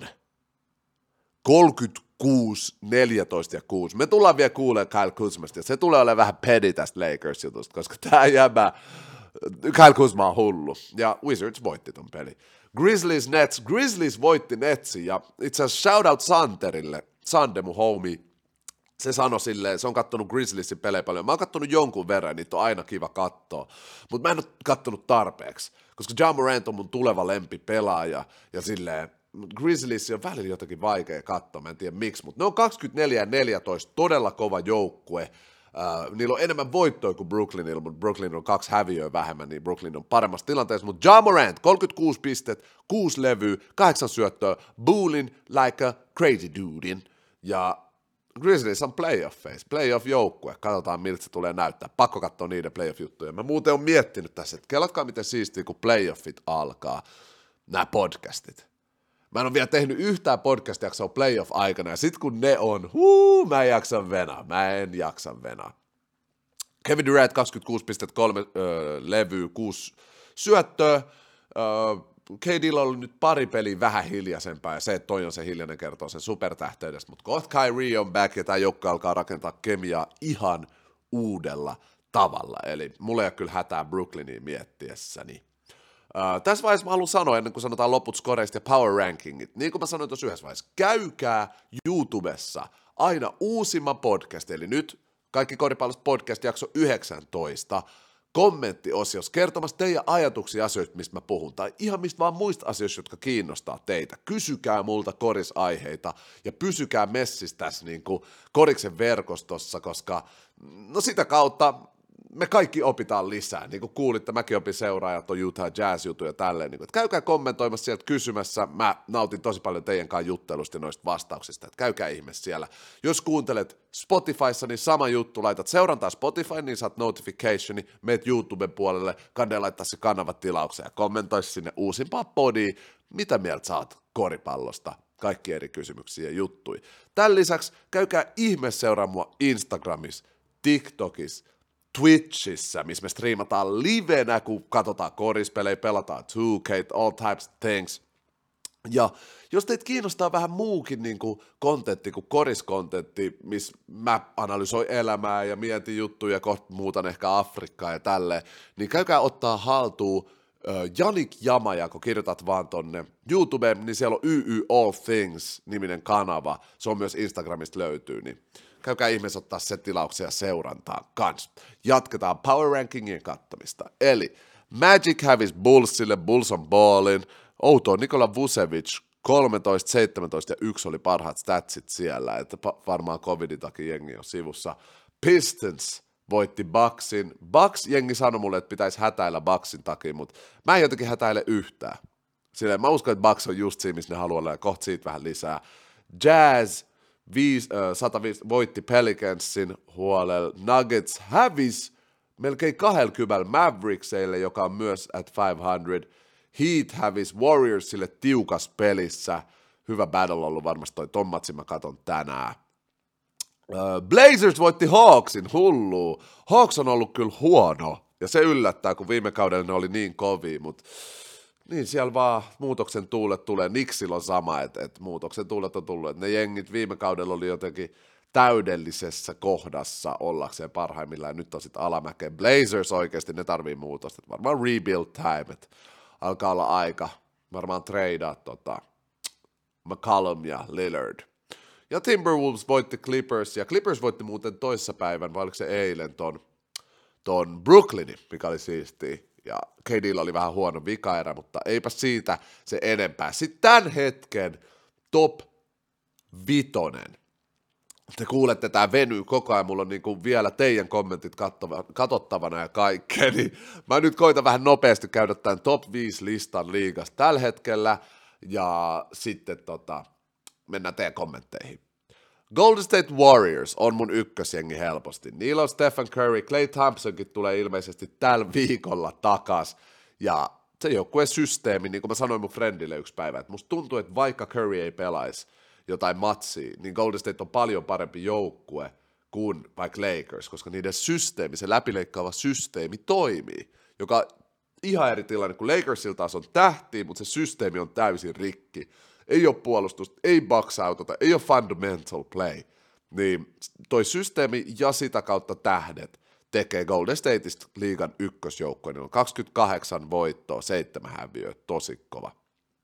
kolmekymmentäkuusi, neljätoista ja kuusi. Me tullaan vielä kuulemaan Kyle Kuzmasta. Ja se tulee olemaan vähän petty tästä Lakers-jutusta, koska tää jäbä Kyle Kuzma on hullu, ja Wizards voitti ton peli. Grizzlies Nets, Grizzlies voitti Netsin ja itse asiassa shoutout Santerille, Sande mun homie, se sanoi silleen, se on kattonut Grizzliesin pelejä paljon, mä oon kattonut jonkun verran, niitä on aina kiva katsoa, mutta mä en ole kattonut tarpeeksi, koska Ja Morant on mun tuleva lempipelaaja ja silleen, Grizzlies on välillä jotenkin vaikea katsoa, mä en tiedä miksi, mutta ne on kaksikymmentäneljä ja neljätoista, todella kova joukkue. Uh, niillä on enemmän voittoja kuin Brooklynilla, mutta Brooklyn on kaksi häviöä vähemmän, niin Brooklyn on paremmassa tilanteessa, mutta Ja Morant, kolmekymmentäkuusi pistet, kuusi levyä, kahdeksan syöttöä, ballin like a crazy dude, ja Grizzlies on playoffeissa, playoff-joukkue, katsotaan miltä se tulee näyttää, pakko katsoa niiden playoff-juttuja, mä muuten oon miettinyt tässä, että kelatkaa miten siistiä, kun playoffit alkaa, nämä podcastit. Mä en ole vielä tehnyt yhtään podcast-jaksoa playoff-aikana, ja sit kun ne on, huu, mä en jaksa venaa, mä en jaksa venaa. Kevin Durant kaksikymmentäkuusi pilkku kolme öö, levyä, kuusi syöttöä, öö, K D:llä on ollut nyt pari peliä vähän hiljaisempaa, ja se, että toi on se hiljainen, kertoo sen supertähteydestä, mutta kohta Kyrie on back, ja tää joukko alkaa rakentaa kemiaa ihan uudella tavalla, eli mulla ei ole kyllä hätää Brooklynia miettiessäni. Uh, tässä vaiheessa mä haluan sanoa, ennen kuin sanotaan loput skoreista ja power rankingit, niin kuin mä sanoin tuossa yhdessä vaiheessa, käykää YouTubessa aina uusimman podcast, eli nyt Kaikki koripallosta podcast jakso yhdeksäntoista, kommenttiosiossa kertomassa teidän ajatuksia asioista, mistä mä puhun, tai ihan mistä vaan muista asioista, jotka kiinnostaa teitä. Kysykää multa korisaiheita ja pysykää messissä tässä niin kuin koriksen verkostossa, koska no sitä kautta me kaikki opitaan lisää, niin kuin kuulitte, mäkin opin seuraajat on Utah Jazz-jutuja tälleen, niin kuin, että käykää kommentoimassa sieltä kysymässä, mä nautin tosi paljon teidän kanssa juttelusta ja noista vastauksista, että käykää ihmeessä siellä. Jos kuuntelet Spotifyssa, niin sama juttu, laitat seurantaa Spotify, niin saat notificationi, meet YouTuben puolelle, kannattaa laittaa se kanava tilaukseen ja kommentoi sinne uusimpaa podia, mitä mieltä saat koripallosta, kaikki eri kysymyksiä ja juttuja. Tämän lisäksi käykää ihmeessä seuraa mua Instagramissa, TikTokissa, Twitchissä, missä me striimataan livenä, kun katsotaan korispelejä, pelataan two K, all types of things. Ja jos teitä kiinnostaa vähän muukin niin kuin kontentti kuin koriskontentti, missä mä analysoin elämää ja mietin juttuja, kohta muutan ehkä Afrikkaa ja tälleen, niin käykää ottaa haltuun äh, Janik Jamaja, kun kirjoitat vaan tonne YouTubeen, niin siellä on Y Y All Things-niminen kanava, se on myös Instagramista löytyy, niin käykää ihmeessä ottaa se tilauksia seurantaa kans. Jatketaan power rankingien kattamista. Eli Magic hävisi Bullsille, Bulls on ballin. Outoa, Nikola Vucevic, kolmetoista, seitsemäntoista ja yksi oli parhaat statsit siellä, että varmaan covidin takia jengi on sivussa. Pistons voitti Bucksin. Bucks jengi sanoi mulle, että pitäisi hätäillä Bucksin takia, mutta mä en jotenkin hätäile yhtään. Silleen mä uskon, että Bucks on just siinä, missä ne haluaa olla, ja kohta siitä vähän lisää. Jazz sata viisi voitti Pelicansin huolella, Nuggets hävisi melkein kaksikymmentä Mavericksille, joka on myös at viisisataa, Heat hävisi Warriorsille tiukas pelissä, hyvä battle ollut varmasti toi ton matsin mä katon tänään. Uh, Blazers voitti Hawksin, hullu, Hawks on ollut kyllä huono, ja se yllättää, kun viime kaudella ne oli niin kovia, mutta niin, siellä vaan muutoksen tuulet tulee. Knicksillä on sama, että et muutoksen tuulet on tullut. Et ne jengit viime kaudella oli jotenkin täydellisessä kohdassa ollakseen parhaimmillaan, ja nyt on sitten alamäkeen. Blazers oikeasti, ne tarvii muutosta. Et varmaan rebuild time, että alkaa olla aika. Varmaan treidaa tota, McCollum ja Lillard. Ja Timberwolves voitti Clippers, ja Clippers voitti muuten toissapäivän, vai oliko se eilen, ton, ton Brooklynin, mikä oli siistiä. Ja K D:llä oli vähän huono vikaerä, mutta eipä siitä se enempää. Sitten tämän hetken top vitonen. Te kuulette, tää venyy koko ajan, mulla on niinku vielä teidän kommentit katsottavana ja kaikkea, niin mä nyt koitan vähän nopeasti käydä tämän top viisi listan liigasta tällä hetkellä, ja sitten tota, mennään teidän kommentteihin. Golden State Warriors on mun ykkösjengi helposti. Niillä on Stephen Curry, Klay Thompsonkin tulee ilmeisesti tällä viikolla takas. Ja se joukkueen systeemi, niin kuin mä sanoin mun friendille yksi päivä, että musta tuntuu, että vaikka Curry ei pelaisi jotain matsia, niin Golden State on paljon parempi joukkue kuin vaikka Lakers, koska niiden systeemi, se läpileikkaava systeemi toimii, joka ihan eri tilanne kuin Lakersilta taas on tähtiä, mutta se systeemi on täysin rikki. Ei ole puolustusta, ei box-outota, ei ole fundamental play, niin toi systeemi ja sitä kautta tähdet tekee Golden Stateista liigan ykkösjoukkoa, niin on kaksikymmentäkahdeksan voittoa, seitsemän häviöä, tosi kova.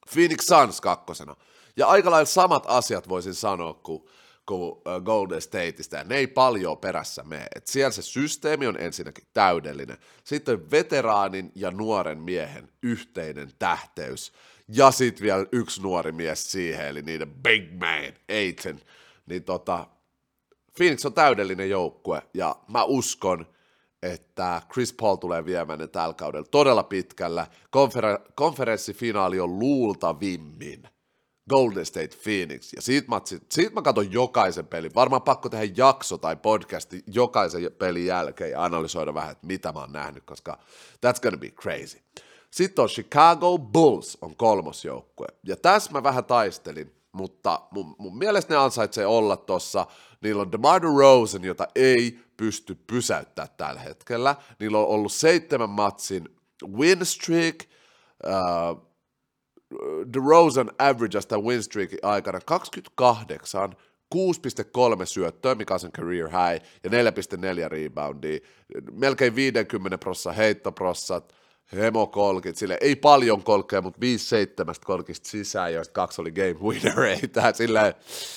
Phoenix Suns kakkosena. Ja aika lailla samat asiat voisin sanoa kuin, kuin Golden Stateista, ja ne ei paljon perässä mene. Et siellä se systeemi on ensinnäkin täydellinen. Sitten veteraanin ja nuoren miehen yhteinen tähteys. Ja sitten vielä yksi nuori mies siihen, eli niiden big man, Aiton. Niin tota, Phoenix on täydellinen joukkue, ja mä uskon, että Chris Paul tulee viemään ne tällä kaudella todella pitkällä. Konfer- konferenssifinaali on luultavimmin Golden State Phoenix, ja siitä mä, siitä mä katson jokaisen pelin. Varmaan pakko tehdä jakso tai podcasti jokaisen pelin jälkeen ja analysoida vähän, että mitä mä oon nähnyt, koska that's gonna be crazy. Sitten on Chicago Bulls, on kolmosjoukkue, ja tässä mä vähän taistelin, mutta mun, mun mielestä ne ansaitsee olla tossa. Niillä on DeMar DeRozan, jota ei pysty pysäyttämään tällä hetkellä. Niillä on ollut seitsemän matsin win streak. Uh, DeRozan averagesta win streakin aikana kaksikymmentäkahdeksan, kuusi pilkku kolme syöttöä, mikä on sen career high, ja neljä pilkku neljä reboundia. Melkein viisikymmentä prosenttia heittoprossat, hemokolkit, sille ei paljon kolkkeja, mutta viisi seitsemästä kolkista sisään, joista kaksi oli game winnereita. Silleen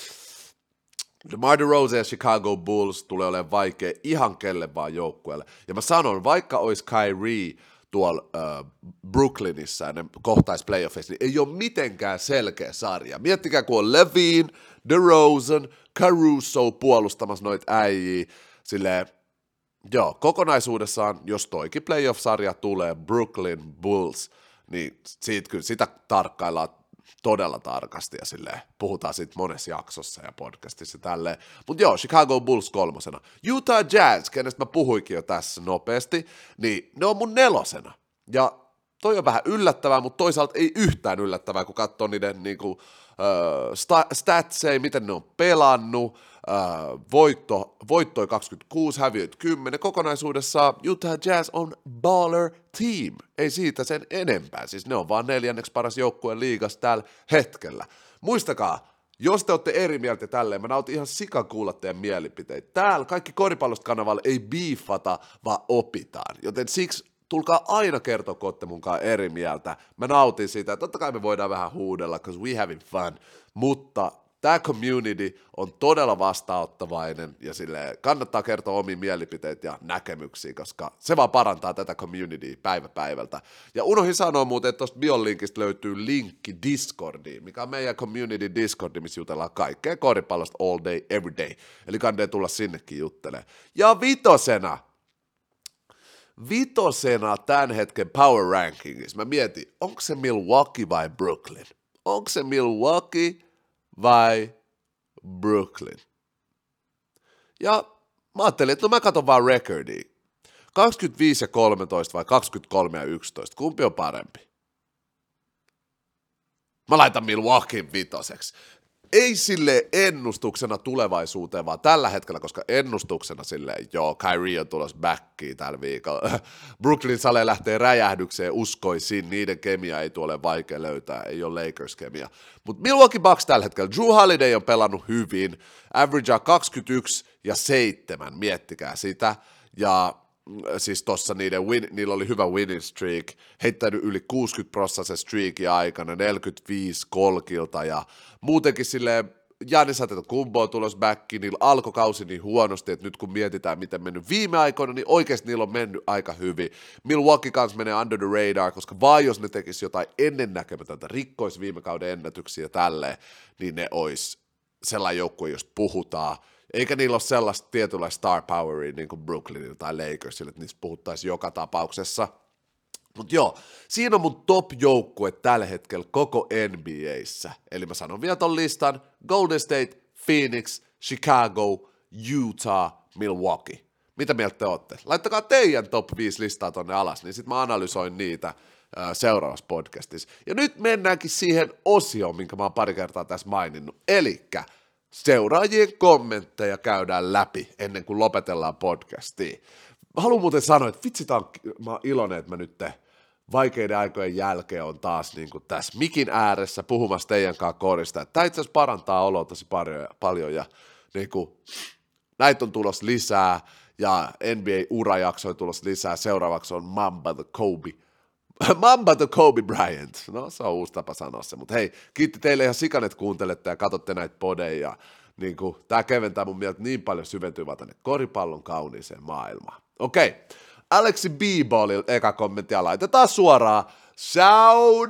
DeMar DeRozan ja Chicago Bulls tulee olemaan vaikea ihan kelle vaan joukkueelle. Ja mä sanon, vaikka olisi Kyrie tuolla äh, Brooklynissa ja ne kohtais playoffeissa, niin ei ole mitenkään selkeä sarja. Miettikää, kun on Levine, DeRozan, Caruso puolustamassa noita äijiä, silleen, joo, kokonaisuudessaan, jos toikin playoff-sarja tulee, Brooklyn Bulls, niin siitä kyllä sitä tarkkaillaan todella tarkasti ja silleen, puhutaan siitä monessa jaksossa ja podcastissa tälleen. Mutta joo, Chicago Bulls kolmosena. Utah Jazz, kenestä mä puhuikin jo tässä nopeasti, niin ne on mun nelosena. Ja toi on vähän yllättävää, mutta toisaalta ei yhtään yllättävää, kun katsoo niiden niinku, äh, sta- statseja, miten ne on pelannut, äh, voitto, voittoi kaksikymmentäkuusi, häviöit kymmenen. Kokonaisuudessaan Utah Jazz on baller team, ei siitä sen enempää. Siis ne on vaan neljänneksi paras joukkueen liigassa tällä hetkellä. Muistakaa, jos te olette eri mieltä tälleen, mä nautin ihan sika kuulla teidän mielipiteitä. Täällä kaikki koripallosta kanavalla ei biifata, vaan opitaan. Joten siksi tulkaa aina kertoa, kun olette munkaan eri mieltä. Mä nautin siitä, että totta kai me voidaan vähän huudella, cause we having fun, mutta tämä community on todella vastaanottavainen ja sille kannattaa kertoa omia mielipiteitä ja näkemyksiä, koska se vaan parantaa tätä communityä päivä päivältä. Ja unohdin sanoa muuten, että tuosta biolinkistä löytyy linkki Discordiin, mikä on meidän community Discordi, missä jutellaan kaikkea koripallosta all day, every day. Eli kannattaa tulla sinnekin juttelemaan. Ja vitosena, vitosena tämän hetken power rankingissa, mä mietin, onko se Milwaukee vai Brooklyn? Onko se Milwaukee vai Brooklyn? Ja mä ajattelin, että no mä katson vaan recordia. kaksikymmentäviisi ja kolmetoista vai kaksikymmentäkolme ja yksitoista, kumpi on parempi? Mä laitan Milwaukeein vitoseksi. Ei sille ennustuksena tulevaisuuteen, vaan tällä hetkellä, koska ennustuksena silleen, joo, Kyrie on tulossa backiin tällä viikolla. Brooklyn Sale lähtee räjähdykseen, uskoisin, niiden kemia ei tule vaikea löytää, ei ole Lakers-kemia. Mutta Milwaukee Bucks tällä hetkellä, Drew Holiday on pelannut hyvin, averagea kaksikymmentäyksi ja seitsemän, miettikää sitä, ja siis tossa niiden win, niillä oli hyvä winning streak, heittänyt yli kuusikymmentä prosenttia se streakin aikana, neljäkymmentäviisi kolkilta ja muutenkin silleen, Giannis Antetokounmpo on tulos backiin, niillä alkoi kausi niin huonosti, että nyt kun mietitään miten mennyt viime aikoina, niin oikeasti niillä on mennyt aika hyvin. Milwaukee kanssa menee under the radar, koska vaan jos ne tekisi jotain ennennäkemätöntä, rikkoisi viime kauden ennätyksiä ja tälleen, niin ne olisi sellainen joukkue, jos puhutaan. Eikä niillä ole sellaista tietynlaista star poweria niin kuin Brooklynilla tai Lakersilla, että niistä puhuttaisiin joka tapauksessa. Mutta joo, siinä on mun top-joukkue tällä hetkellä koko N B A:ssä. Eli mä sanon vielä ton listan: Golden State, Phoenix, Chicago, Utah, Milwaukee. Mitä mieltä te ootte? Laittakaa teidän top viisi listaa tonne alas, niin sit mä analysoin niitä äh, seuraavassa podcastissa. Ja nyt mennäänkin siihen osioon, minkä mä oon pari kertaa tässä maininnut. Elikkä seuraajien kommentteja käydään läpi ennen kuin lopetellaan podcastia. Mä haluan muuten sanoa, että vitsi, on, mä oon iloinen, että mä nyt vaikeiden aikojen jälkeen on taas niin kuin tässä mikin ääressä puhumassa teidän kanssa korista. Tämä itse asiassa parantaa oloa tosi paljon, paljon ja niin kuin, näitä on tulossa lisää ja N B A-urajaksoja tulossa lisää. Seuraavaksi on Mamba the Kobe Mamba to Kobe Bryant. No, se on uusi tapa sanoa se. Mutta hei, kiitti teille ihan sikan, että kuuntelette ja katsotte näitä podeja. Niin tämä keventää mun mielestä niin paljon syventyvää tänne koripallon kauniiseen maailmaan. Okei, okay. Alexi B-Ballil eka kommentti ja laitetaan suoraan shout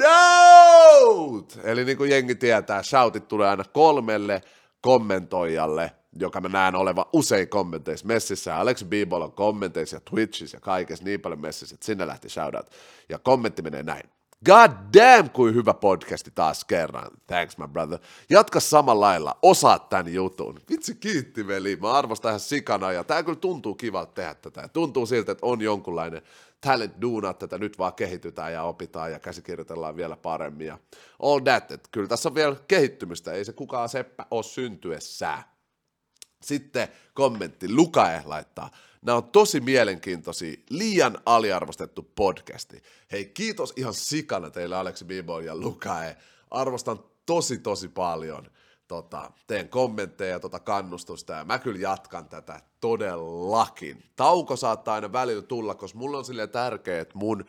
out! Eli niin kuin jengi tietää, shoutit tulee aina kolmelle kommentoijalle, joka mä näen olevan usein kommenteissa messissä. Alex B-Ball on kommenteissa ja Twitchissä ja kaikessa niin paljon messissä, että sinne lähti shoutout. Ja kommentti menee näin. God damn, kuin hyvä podcasti taas kerran. Thanks, my brother. Jatka samalla lailla, osaat tän jutun. Vitsi, kiitti, veli. Mä arvostan ihan sikana, ja tää kyllä tuntuu kivalta tehdä tätä. Tuntuu siltä, että on jonkunlainen talent duunaa tätä, nyt vaan kehitytään ja opitaan ja käsikirjoitellaan vielä paremmin. Ja all that, että kyllä tässä on vielä kehittymistä, ei se kukaan seppä ole syntyessään. Sitten kommentti, Lukae laittaa. Nämä on tosi mielenkiintoisia, liian aliarvostettu podcasti. Hei, kiitos ihan sikana teille Aleksi B-Ball ja Lukae. Arvostan tosi tosi paljon tota, teidän kommentteja ja tota kannustusta, ja mä kyllä jatkan tätä todellakin. Tauko saattaa aina välillä tulla, koska mulla on silleen tärkeää, että mun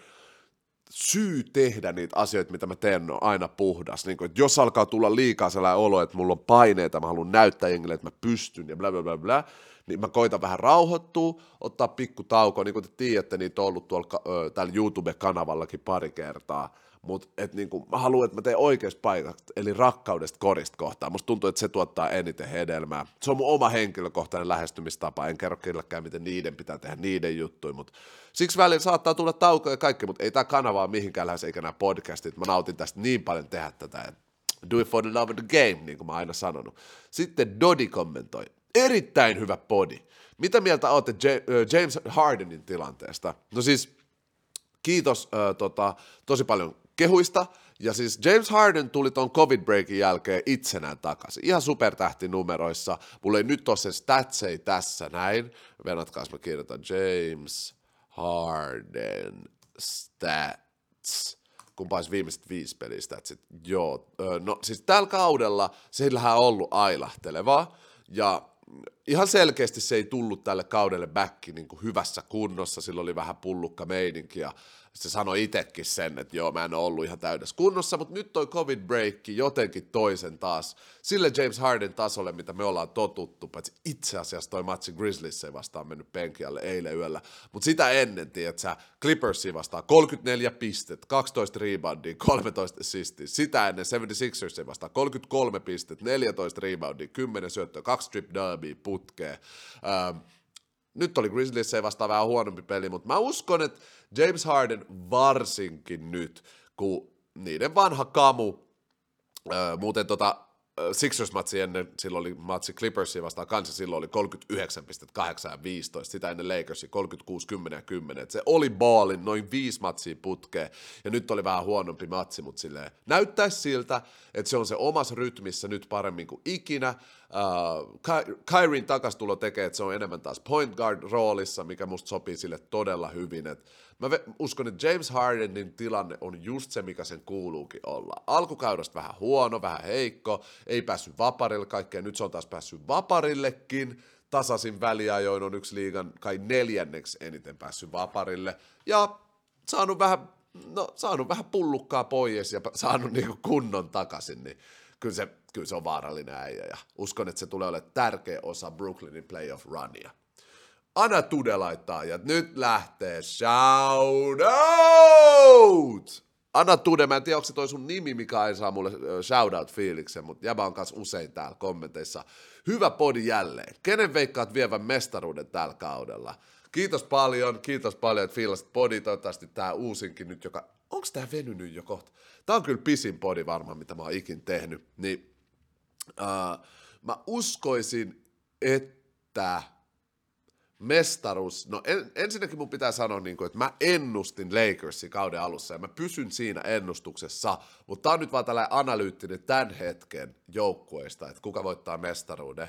syy tehdä niitä asioita, mitä mä teen, on aina puhdas. Niin kun, että jos alkaa tulla liikaa sellainen olo, että mulla on paineita, mä haluan näyttää jengille, että mä pystyn ja bla bla bla bla, niin mä koitan vähän rauhoittua, ottaa pikku tauko, niin kuin te tiedätte, niitä on ollut tuolla täällä YouTube-kanavallakin pari kertaa, mutta niin mä haluan, että mä teen oikeassa paikassa, eli rakkaudesta korista kohtaan. Musta tuntuu, että se tuottaa eniten hedelmää. Se on mun oma henkilökohtainen lähestymistapa, en kerro kellekään, miten niiden pitää tehdä niiden juttuja, mutta siksi välillä saattaa tulla tauko ja kaikki, mutta ei tää kanava ole mihinkään lähes eikä nämä podcastit. Mä nautin tästä niin paljon tehdä tätä, että do it for the love of the game, niin kuin mä oon aina sanonut. Sitten Dodi kommentoi. Erittäin hyvä podi. Mitä mieltä olette James Hardenin tilanteesta? No siis, kiitos äh, tota, tosi paljon kehuista. Ja siis James Harden tuli ton COVID-breakin jälkeen itsenään takaisin. Ihan supertähtinumeroissa. Mulla ei nyt ole sen statsei tässä näin. Venatkaas mä kirjoitan James Harden stats. Kumpa olisi viimeiset viisi pelistä. Joo, no siis tällä kaudella sillähän on ollut ailahtelevaa. Ja ihan selkeästi se ei tullut tälle kaudelle backi niin kuin hyvässä kunnossa, sillä oli vähän pullukka meininki ja se sanoi itsekin sen, että joo, mä en ole ollut ihan täydessä kunnossa, mutta nyt toi covid-breakki jotenkin toisen taas sille James Harden tasolle, mitä me ollaan totuttu, paitsi itse asiassa toi matsi Grizzlies ei vastaan mennyt penkialle eilen yöllä, mutta sitä ennen, tiedät sä, Clippersia vastaan kolmekymmentäneljä pistet, kaksitoista reboundia, kolmetoista assistia, sitä ennen seitsemänkymmentäkuusi ei vastaan kolmekymmentäkolme pistet, neljätoista reboundia, kymmenen syöttöä, kaksi strip derby putkeen. Ähm, Nyt oli Grizzlies, ei vastaan vähän huonompi peli, mutta mä uskon, että James Harden varsinkin nyt, kun niiden vanha kamu, äh, muuten tota äh, Sixers-matsi ennen, silloin oli matsi Clippersia vastaan kanssa, silloin oli kolmekymmentäyhdeksän pilkku kahdeksan ja viisitoista, sitä ennen Lakersia kolmekymmentäkuusi kymmenen ja kymmenen, että se oli ballin noin viisi matsia putkeen, ja nyt oli vähän huonompi matsi, mutta silleen näyttäisi siltä, että se on se omassa rytmissä nyt paremmin kuin ikinä. Uh, Ky- Kyrien takastulo tekee, että se on enemmän taas point guard roolissa, mikä musta sopii sille todella hyvin. Et mä ve- uskon, että James Hardenin tilanne on just se, mikä sen kuuluukin olla. Alkukaudesta vähän huono, vähän heikko, ei päässyt vaparille kaikkea, nyt se on taas päässyt vaparillekin. Tasaisin väliajoin on yksi liigan kai neljänneksi eniten päässyt vaparille. Ja saanut vähän, no, saanut vähän pullukkaa pois ja saanut niinku kunnon takaisin, niin Kyllä se, kyllä se on vaarallinen äijä ja uskon, että se tulee olemaan tärkeä osa Brooklynin playoff runia. Anna Tude laittaa ja nyt lähtee shout out! Anna Tude, mä en tiedä, onko se toi sun nimi, mikä ei saa mulle shout out fiiliksen, mutta jäbä on kanssa usein täällä kommenteissa. Hyvä podi jälleen. Kenen veikkaat vievän mestaruuden tällä kaudella? Kiitos paljon, kiitos paljon, että fiilasit podi, toivottavasti tää uusinkin nyt, joka, onks tää venynyt jo kohta? Tää on kyllä pisin podi varmaan, mitä mä oon ikin tehnyt, niin uh, mä uskoisin, että mestaruus, no en, ensinnäkin mun pitää sanoa, niin kuin, että mä ennustin Lakersin kauden alussa ja mä pysyn siinä ennustuksessa, mutta tää on nyt vaan tällainen analyyttinen tämän hetken joukkueista, että kuka voittaa mestaruuden,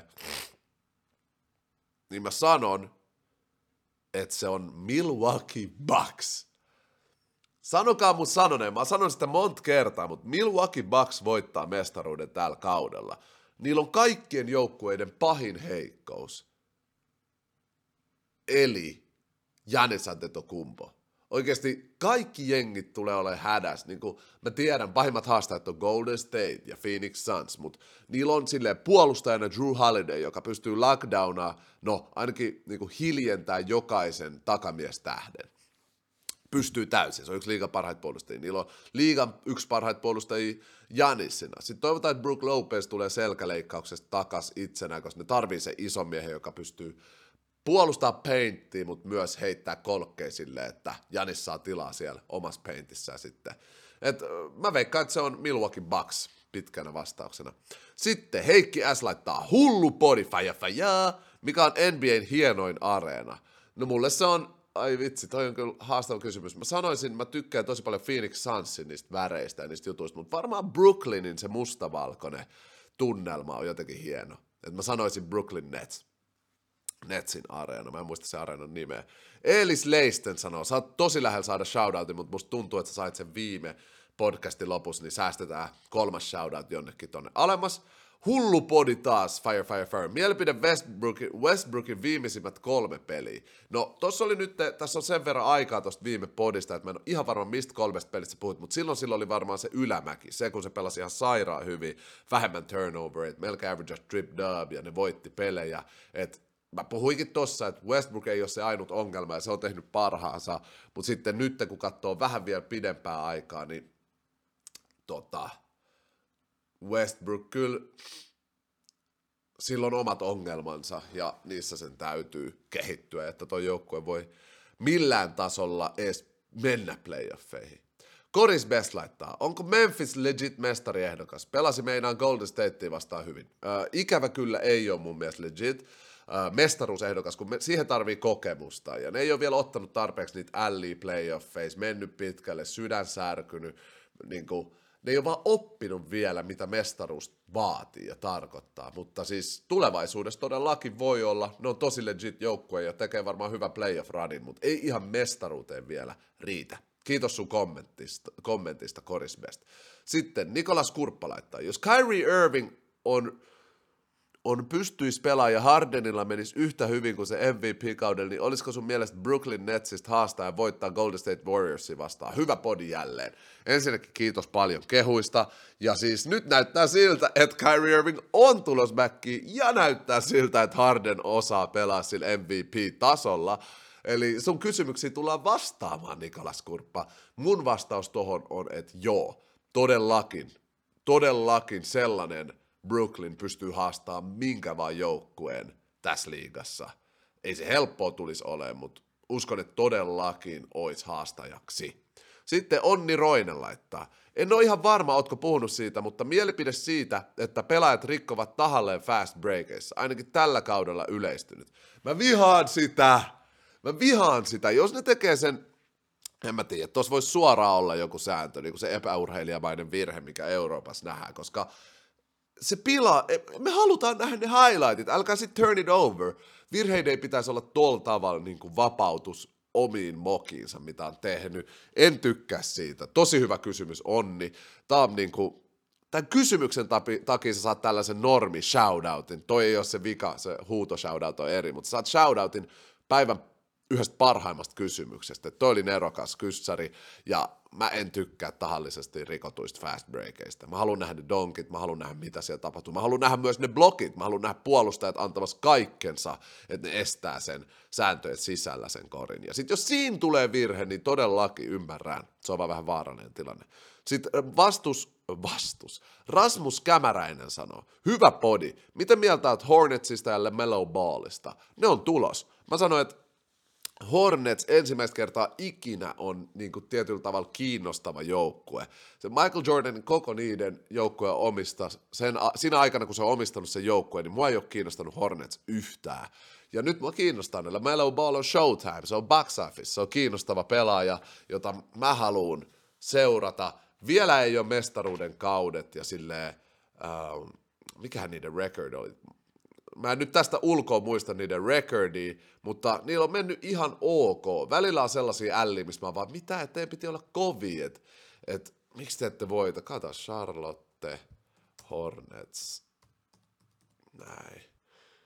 niin mä sanon, että se on Milwaukee Bucks. Sanokaa mun sanoneen, mä sanon sitä monta kertaa, mutta Milwaukee Bucks voittaa mestaruuden tällä kaudella. Niillä on kaikkien joukkueiden pahin heikkous. Eli Giannis Antetokounmpo. Oikeasti kaikki jengit tulee olemaan hädässä. Niin kuin mä tiedän, pahimmat haastajat on Golden State ja Phoenix Suns, mutta niillä on silleen puolustajana Drew Holiday, joka pystyy lockdownaa, no ainakin niin kuin hiljentää jokaisen takamiestähden. Pystyy täysin, se on yksi liigan parhaita puolustajia. Niillä on liigan yksi parhaita puolustajia Janissina. Sitten toivotaan, että Brook Lopez tulee selkäleikkauksesta takas itsenään, koska ne tarvii se iso miehen, joka pystyy puolustaa painttia, mutta myös heittää kolkkeja silleen, että Janis saa tilaa siellä omassa paintissään sitten. Et, mä veikkaan, että se on Milwaukee Bucks pitkänä vastauksena. Sitten Heikki S. laittaa hullu body, faja fajaa, mikä on N B A:n hienoin areena. No mulle se on, ai vitsi, toi on kyllä haastava kysymys. Mä sanoisin, mä tykkään tosi paljon Phoenix Sunsin niistä väreistä ja niistä jutuista, mutta varmaan Brooklynin se mustavalkoinen tunnelma on jotenkin hieno. Et mä sanoisin Brooklyn Nets. Netsin areena, mä en muista se areenan nimeä. Elis Leisten sanoo, sä oot tosi lähellä saada shoutoutin, mutta musta tuntuu, että sä sait sen viime podcastin lopussa, niin säästetään kolmas shoutout jonnekin tonne alemmas. Hullu podi taas, fire, fire, fire. Mielipide Westbrookin, Westbrookin viimeisimmät kolme peliä. No, tossa oli nyt, tässä on sen verran aikaa tosta viime podista, että mä en ole ihan varma mistä kolmesta pelistä puhut, mutta silloin silloin oli varmaan se ylämäki, se kun se pelasi ihan sairaan hyvin, vähemmän turnoverit, melkein average trip dub ja ne voitti pelejä, että mä puhuinkin tossa, että Westbrook ei ole se ainut ongelma ja se on tehnyt parhaansa, mutta sitten nyt kun katsoo vähän vielä pidempää aikaa, niin tota, Westbrook kyllä, sillä on omat ongelmansa ja niissä sen täytyy kehittyä, että toi joukkue voi millään tasolla edes mennä playoffeihin. Coris Best laittaa, onko Memphis legit mestariehdokas? Pelasi meinaan Golden Statea vastaan hyvin. Äh, ikävä kyllä ei ole mun mielestä legit. Uh, mestaruusehdokas, kun me, siihen tarvii kokemusta, ja ne ei ole vielä ottanut tarpeeksi niitä L E-playoffeissa, mennyt pitkälle, sydän särkynyt, niin kuin, ne ei ole vaan oppinut vielä, mitä mestaruus vaatii ja tarkoittaa, mutta siis tulevaisuudessa todellakin voi olla, ne on tosi legit joukkue ja tekee varmaan hyvän playoff runin, mutta ei ihan mestaruuteen vielä riitä. Kiitos sun kommentista, kommentista Coris Best. Sitten Nikolas Kurppa laittaa, jos Kyrie Irving on on pystyisi pelaamaan ja Hardenilla menisi yhtä hyvin kuin se M V P-kaudella, niin olisiko sun mielestä Brooklyn Netsistä haastaa ja voittaa Golden State Warriorsia vastaan? Hyvä podi jälleen. Ensinnäkin kiitos paljon kehuista, ja siis nyt näyttää siltä, että Kyrie Irving on tulos backiin, ja näyttää siltä, että Harden osaa pelaa sillä M V P-tasolla. Eli sun kysymyksiin tullaan vastaamaan, Nikolas Kurppa. Mun vastaus tohon on, että joo, todellakin, todellakin sellainen Brooklyn pystyy haastamaan minkä vaan joukkueen tässä liigassa. Ei se helppoa tulisi olemaan, mutta uskon, että todellakin olisi haastajaksi. Sitten Onni Roinen laittaa. En ole ihan varma, ootko puhunut siitä, mutta mielipide siitä, että pelaajat rikkovat tahalleen fast breakeissa, ainakin tällä kaudella yleistynyt. Mä vihaan sitä! Mä vihaan sitä! Jos ne tekee sen, en mä tiedä, tuossa voisi suoraan olla joku sääntö, niin kuin se epäurheilijamainen virhe, mikä Euroopassa nähdään, koska se pilaa, me halutaan nähdä ne highlightit, älkää sitten turn it over. Virheiden ei pitäisi olla tolla tavalla niin kuin vapautus omiin mokiinsa, mitä on tehnyt. En tykkää siitä. Tosi hyvä kysymys, Onni. Tämä on niin kuin, tämän kysymyksen takia sä saat tällaisen normi shoutoutin. Toi ei ole se vika, se huuto shoutout on eri, mutta sä saat shoutoutin päivän yhdestä parhaimmasta kysymyksestä. Toi oli nerokas kyssäri, ja mä en tykkää tahallisesti rikotuista fast breakeista. Mä haluan nähdä ne donkit, mä haluan nähdä mitä siellä tapahtuu. Mä haluan nähdä myös ne blokit, mä haluan nähdä puolustajat antamassa kaikkensa, että ne estää sen sääntöjen sisällä sen korin. Ja sit jos siinä tulee virhe, niin todellakin ymmärrän. Se on vaan vähän vaarallinen tilanne. Sitten vastus, vastus. Rasmus Kämäräinen sanoo, hyvä podi, mitä mieltä oot Hornetsista ja LaMelo Ballista? Ne on tulos. Mä sanoin, että Hornets ensimmäistä kertaa ikinä on niin kuin tietyllä tavalla kiinnostava joukkue. Se Michael Jordanin koko niiden joukkueen omista, sen, siinä aikana kun se on omistanut sen joukkueen, niin mua ei ole kiinnostanut Hornets yhtään. Ja nyt mua kiinnostaa ne. LaMelo Ball on Showtime, se on box office, se on kiinnostava pelaaja, jota mä haluun seurata. Vielä ei ole mestaruuden kaudet ja silleen, uh, mikähän niiden record oli? Mä en nyt tästä ulkoa muista niiden recordia, mutta niillä on mennyt ihan ok. Välillä on sellaisia älliä, mistä mä vaan, mitä, että teidän piti olla kovia, että et, miksi te ette voita? Kato, Charlotte, Hornets, näin.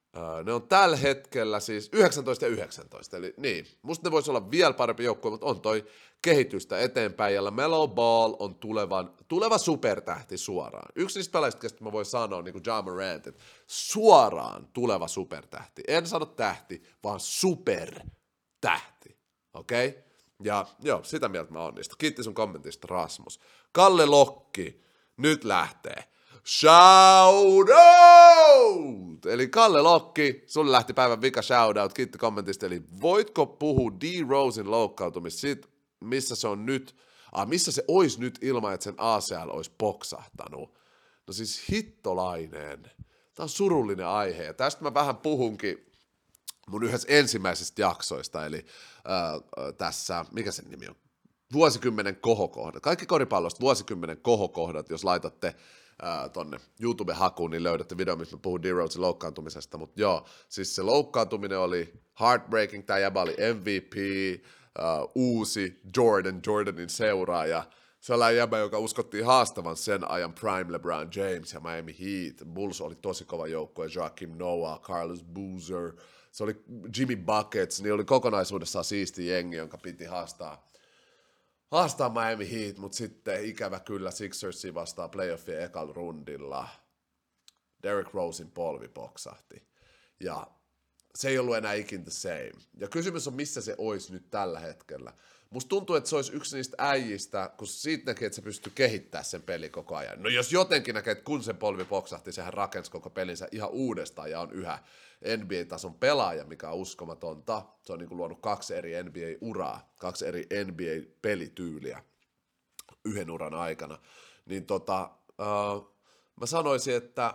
Uh, ne on tällä hetkellä siis yhdeksäntoista ja yhdeksäntoista, eli niin, musta ne voisi olla vielä parempi joukkue, mutta on toi kehitystä eteenpäin, ja LaMelo Ball on tulevan, tuleva supertähti suoraan. Yksi niistä pelaajista, josta mä voin sanoa, niin kuin Ja Morant, että suoraan tuleva supertähti. En sano tähti, vaan supertähti, okei? Okay? Ja joo, sitä mieltä mä oon niistä. Kiitti sun kommentista, Rasmus. Kalle Lokki, nyt lähtee. Shout out! Eli Kalle Lokki, sulle lähti päivän vika shout out, kiitti kommentista. Eli voitko puhua D. Rosen loukkaantumista siitä, missä se on nyt, ah, missä se olisi nyt ilman, että sen A C L olisi poksahtanut? No siis hittolainen. Tämä on surullinen aihe, ja tästä mä vähän puhunkin mun yhdessä ensimmäisistä jaksoista, eli äh, tässä, mikä sen nimi on? Vuosikymmenen kohokohdat. Kaikki koripallosta vuosikymmenen kohokohdat, jos laitatte äh, tonne YouTube-hakuun, niin löydätte video, missä mä puhun D. Rosen loukkaantumisesta, mutta joo, siis se loukkaantuminen oli heartbreaking, tämä jäbä oli M V P, Uh, uusi Jordan, Jordanin seuraaja, sellainen jäbä, joka uskottiin haastavan sen ajan Prime LeBron James ja Miami Heat. Bulls oli tosi kova joukkue, Joakim Noah, Carlos Boozer, se oli Jimmy Buckets, niin oli kokonaisuudessaan siisti jengi, jonka piti haastaa, haastaa Miami Heat, mutta sitten ikävä kyllä Sixersia vastaan playoffien ekalla rundilla. Derrick Rosen polvi poksahti, ja se ei ollut enää ikin the same. Ja kysymys on, missä se olisi nyt tällä hetkellä. Musta tuntuu, että se olisi yksi niistä äijistä, kun siitä näkee, että se pystyy kehittämään sen peli koko ajan. No jos jotenkin näkee, että kun sen polvi poksahti, sehän rakensi koko pelinsä ihan uudestaan ja on yhä N B A-tason pelaaja, mikä on uskomatonta. Se on niin kuin luonut kaksi eri N B A-uraa, kaksi eri N B A-pelityyliä yhden uran aikana. Niin tota, uh, mä sanoisin, että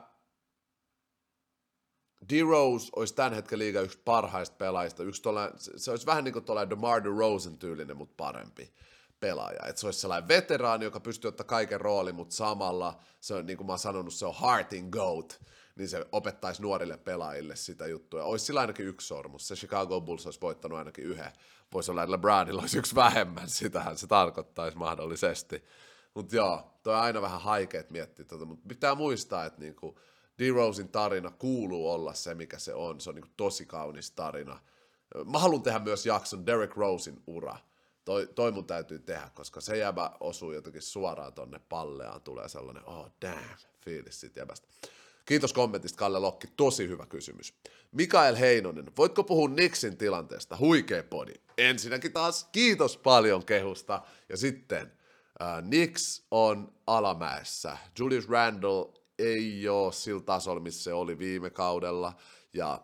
D-Rose olisi tämän hetken liigan yksi parhaista pelaajista. Yksi tolla, se olisi vähän niin kuin tuollainen DeMar DeRozan tyylinen, mutta parempi pelaaja. Et se olisi sellainen veteraani, joka pystyy ottaa kaiken roolin, mutta samalla, se on, niin kuin mä oon sanonut, se on hearting goat, niin se opettaisi nuorille pelaajille sitä juttua. Olisi sillä ainakin yksi sormus. Se Chicago Bulls olisi voittanut ainakin yhden. Voisi olla, että LeBronilla olisi yksi vähemmän. Sitähän se tarkoittaisi mahdollisesti. Mutta joo, toi on aina vähän haikeet miettiä tota, mutta pitää muistaa, että niinku D-Rosen tarina kuuluu olla se, mikä se on. Se on niin tosi kaunis tarina. Mä haluan tehdä myös jakson Derrick Rosen ura. Toi, toi mun täytyy tehdä, koska se jäbä osuu jotenkin suoraan tonne palleaan. Tulee sellainen, oh damn, fiilis siitä jäbästä. Kiitos kommentista, Kalle Lokki. Tosi hyvä kysymys. Mikael Heinonen, voitko puhua Knicksin tilanteesta? Huikea podi. Ensinnäkin taas kiitos paljon kehusta. Ja sitten äh, Knicks on alamäessä. Julius Randle ei ole sillä tasolla, missä se oli viime kaudella, ja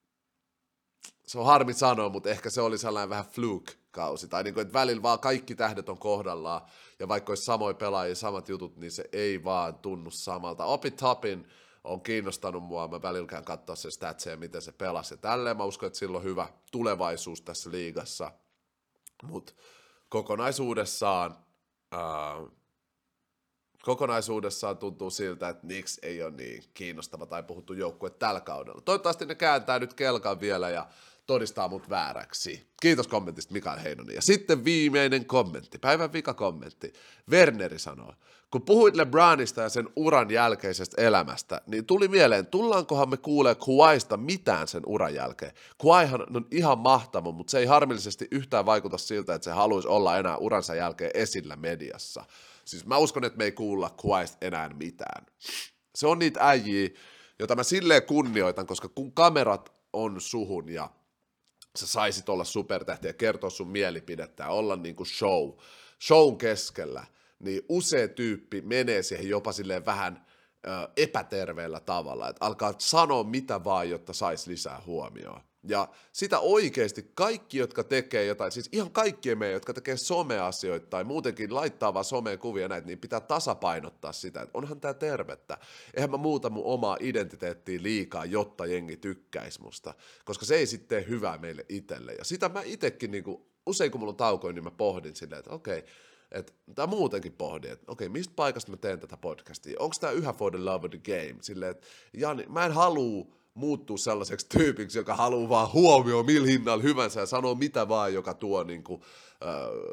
se on harmi sanoa, mutta ehkä se oli sellainen vähän fluke-kausi, tai niin kuin, että välillä vaan kaikki tähdet on kohdallaan, ja vaikka olisi samoja pelaajia, samat jutut, niin se ei vaan tunnu samalta. Opi Toppin on kiinnostanut mua, mä välillä käyn katsoa se statsia, miten se pelasi, ja tälleen mä uskon, että sillä on hyvä tulevaisuus tässä liigassa, mutta kokonaisuudessaan ää, Kokonaisuudessaan tuntuu siltä, että Knicks ei ole niin kiinnostava tai puhuttu joukkue tällä kaudella. Toivottavasti ne kääntää nyt kelkan vielä ja todistaa mut vääräksi. Kiitos kommentista Mikael Heinonen. Ja sitten viimeinen kommentti, päivän vika kommentti. Werneri sanoo, kun puhuit LeBronista ja sen uran jälkeisestä elämästä, niin tuli mieleen, tullaankohan me kuulee Kawhista mitään sen uran jälkeen. Kawhihan on ihan mahtava, mutta se ei harmillisesti yhtään vaikuta siltä, että se haluaisi olla enää uransa jälkeen esillä mediassa. Siis mä uskon, että me ei kuulla Kawhista enää mitään. Se on niitä äijiä, joita mä silleen kunnioitan, koska kun kamerat on suhun ja sä saisit olla supertähti ja kertoa sun mielipidettä ja olla niinku show, shown keskellä, niin usea tyyppi menee siihen jopa silleen vähän ö, epäterveellä tavalla, että alkaa sanoa mitä vaan, jotta sais lisää huomioon. Ja sitä oikeasti kaikki, jotka tekee jotain, siis ihan kaikkien meidän, jotka tekee some-asioita tai muutenkin laittaa vaan someen kuvia näitä, niin pitää tasapainottaa sitä, että onhan tää tervettä. Eihän mä muuta mun omaa identiteettiä liikaa, jotta jengi tykkäisi musta, koska se ei sitten tee hyvää meille itselle. Ja sitä mä itekin, niin kuin, usein kun mulla on taukoja, niin mä pohdin silleen, että okei, että tai muutenkin pohdin, että okei, mistä paikasta mä teen tätä podcastia? Onko tää yhä for the love of the game? Silleen, että Jani, mä en halua muuttuu sellaiseksi tyypiksi, joka haluaa vaan huomioon millä hinnalla hyvänsä ja sanoo mitä vaan, joka tuo niin kuin, äh,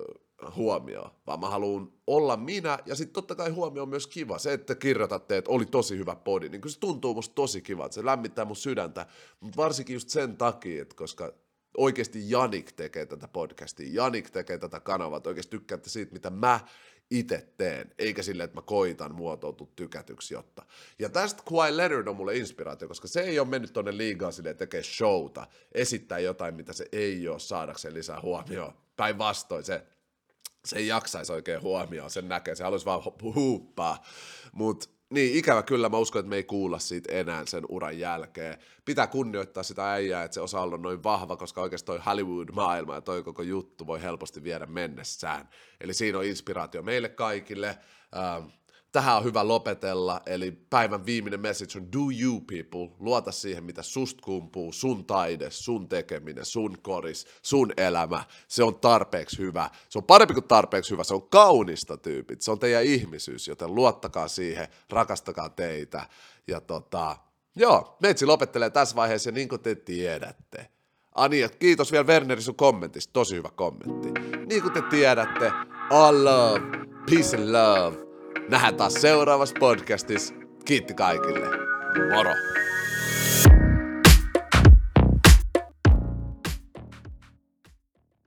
huomioon, vaan mä haluan olla minä, ja sitten totta kai huomio on myös kiva. Se, että kirjoitatte, että oli tosi hyvä podi, niin kyllä se tuntuu musta tosi kiva, että se lämmittää mun sydäntä, mutta varsinkin just sen takia, että koska oikeasti Janik tekee tätä podcastia, Janik tekee tätä kanavaa, että oikeasti tykkäätte siitä, mitä mä itse teen, eikä silleen, että mä koitan muotoutua tykätyksi, jotta. Ja tästä Kawhi Leonard on mulle inspiraatio, koska se ei ole mennyt tonne liigaan silleen tekee showta, esittää jotain, mitä se ei ole saadakseen lisää huomioon. Päinvastoin se, se ei jaksaisi oikein huomioon, sen näkee, se haluaisi vaan huuppaa, mutta niin, ikävä kyllä, mä uskon, että me ei kuulla siitä enää sen uran jälkeen. Pitää kunnioittaa sitä äijää, että se osaa olla noin vahva, koska oikeasti toi Hollywood-maailma ja toi koko juttu voi helposti viedä mennessään. Eli siinä on inspiraatio meille kaikille. Ähm, tähän on hyvä lopetella, eli päivän viimeinen message on do you people. Luota siihen, mitä susta kumpuu, sun taide, sun tekeminen, sun koris, sun elämä. Se on tarpeeksi hyvä. Se on parempi kuin tarpeeksi hyvä. Se on kaunista, tyypit. Se on teidän ihmisyys, joten luottakaa siihen, rakastakaa teitä. Ja tota, joo, meitsi lopettelee tässä vaiheessa, ja niin kuin te tiedätte. Ania, kiitos vielä Werneri sun kommentista. Tosi hyvä kommentti. Niin kuin te tiedätte, all love, peace and love. Nähdään taas seuraavassa podcastissa. Kiitti kaikille. Moro!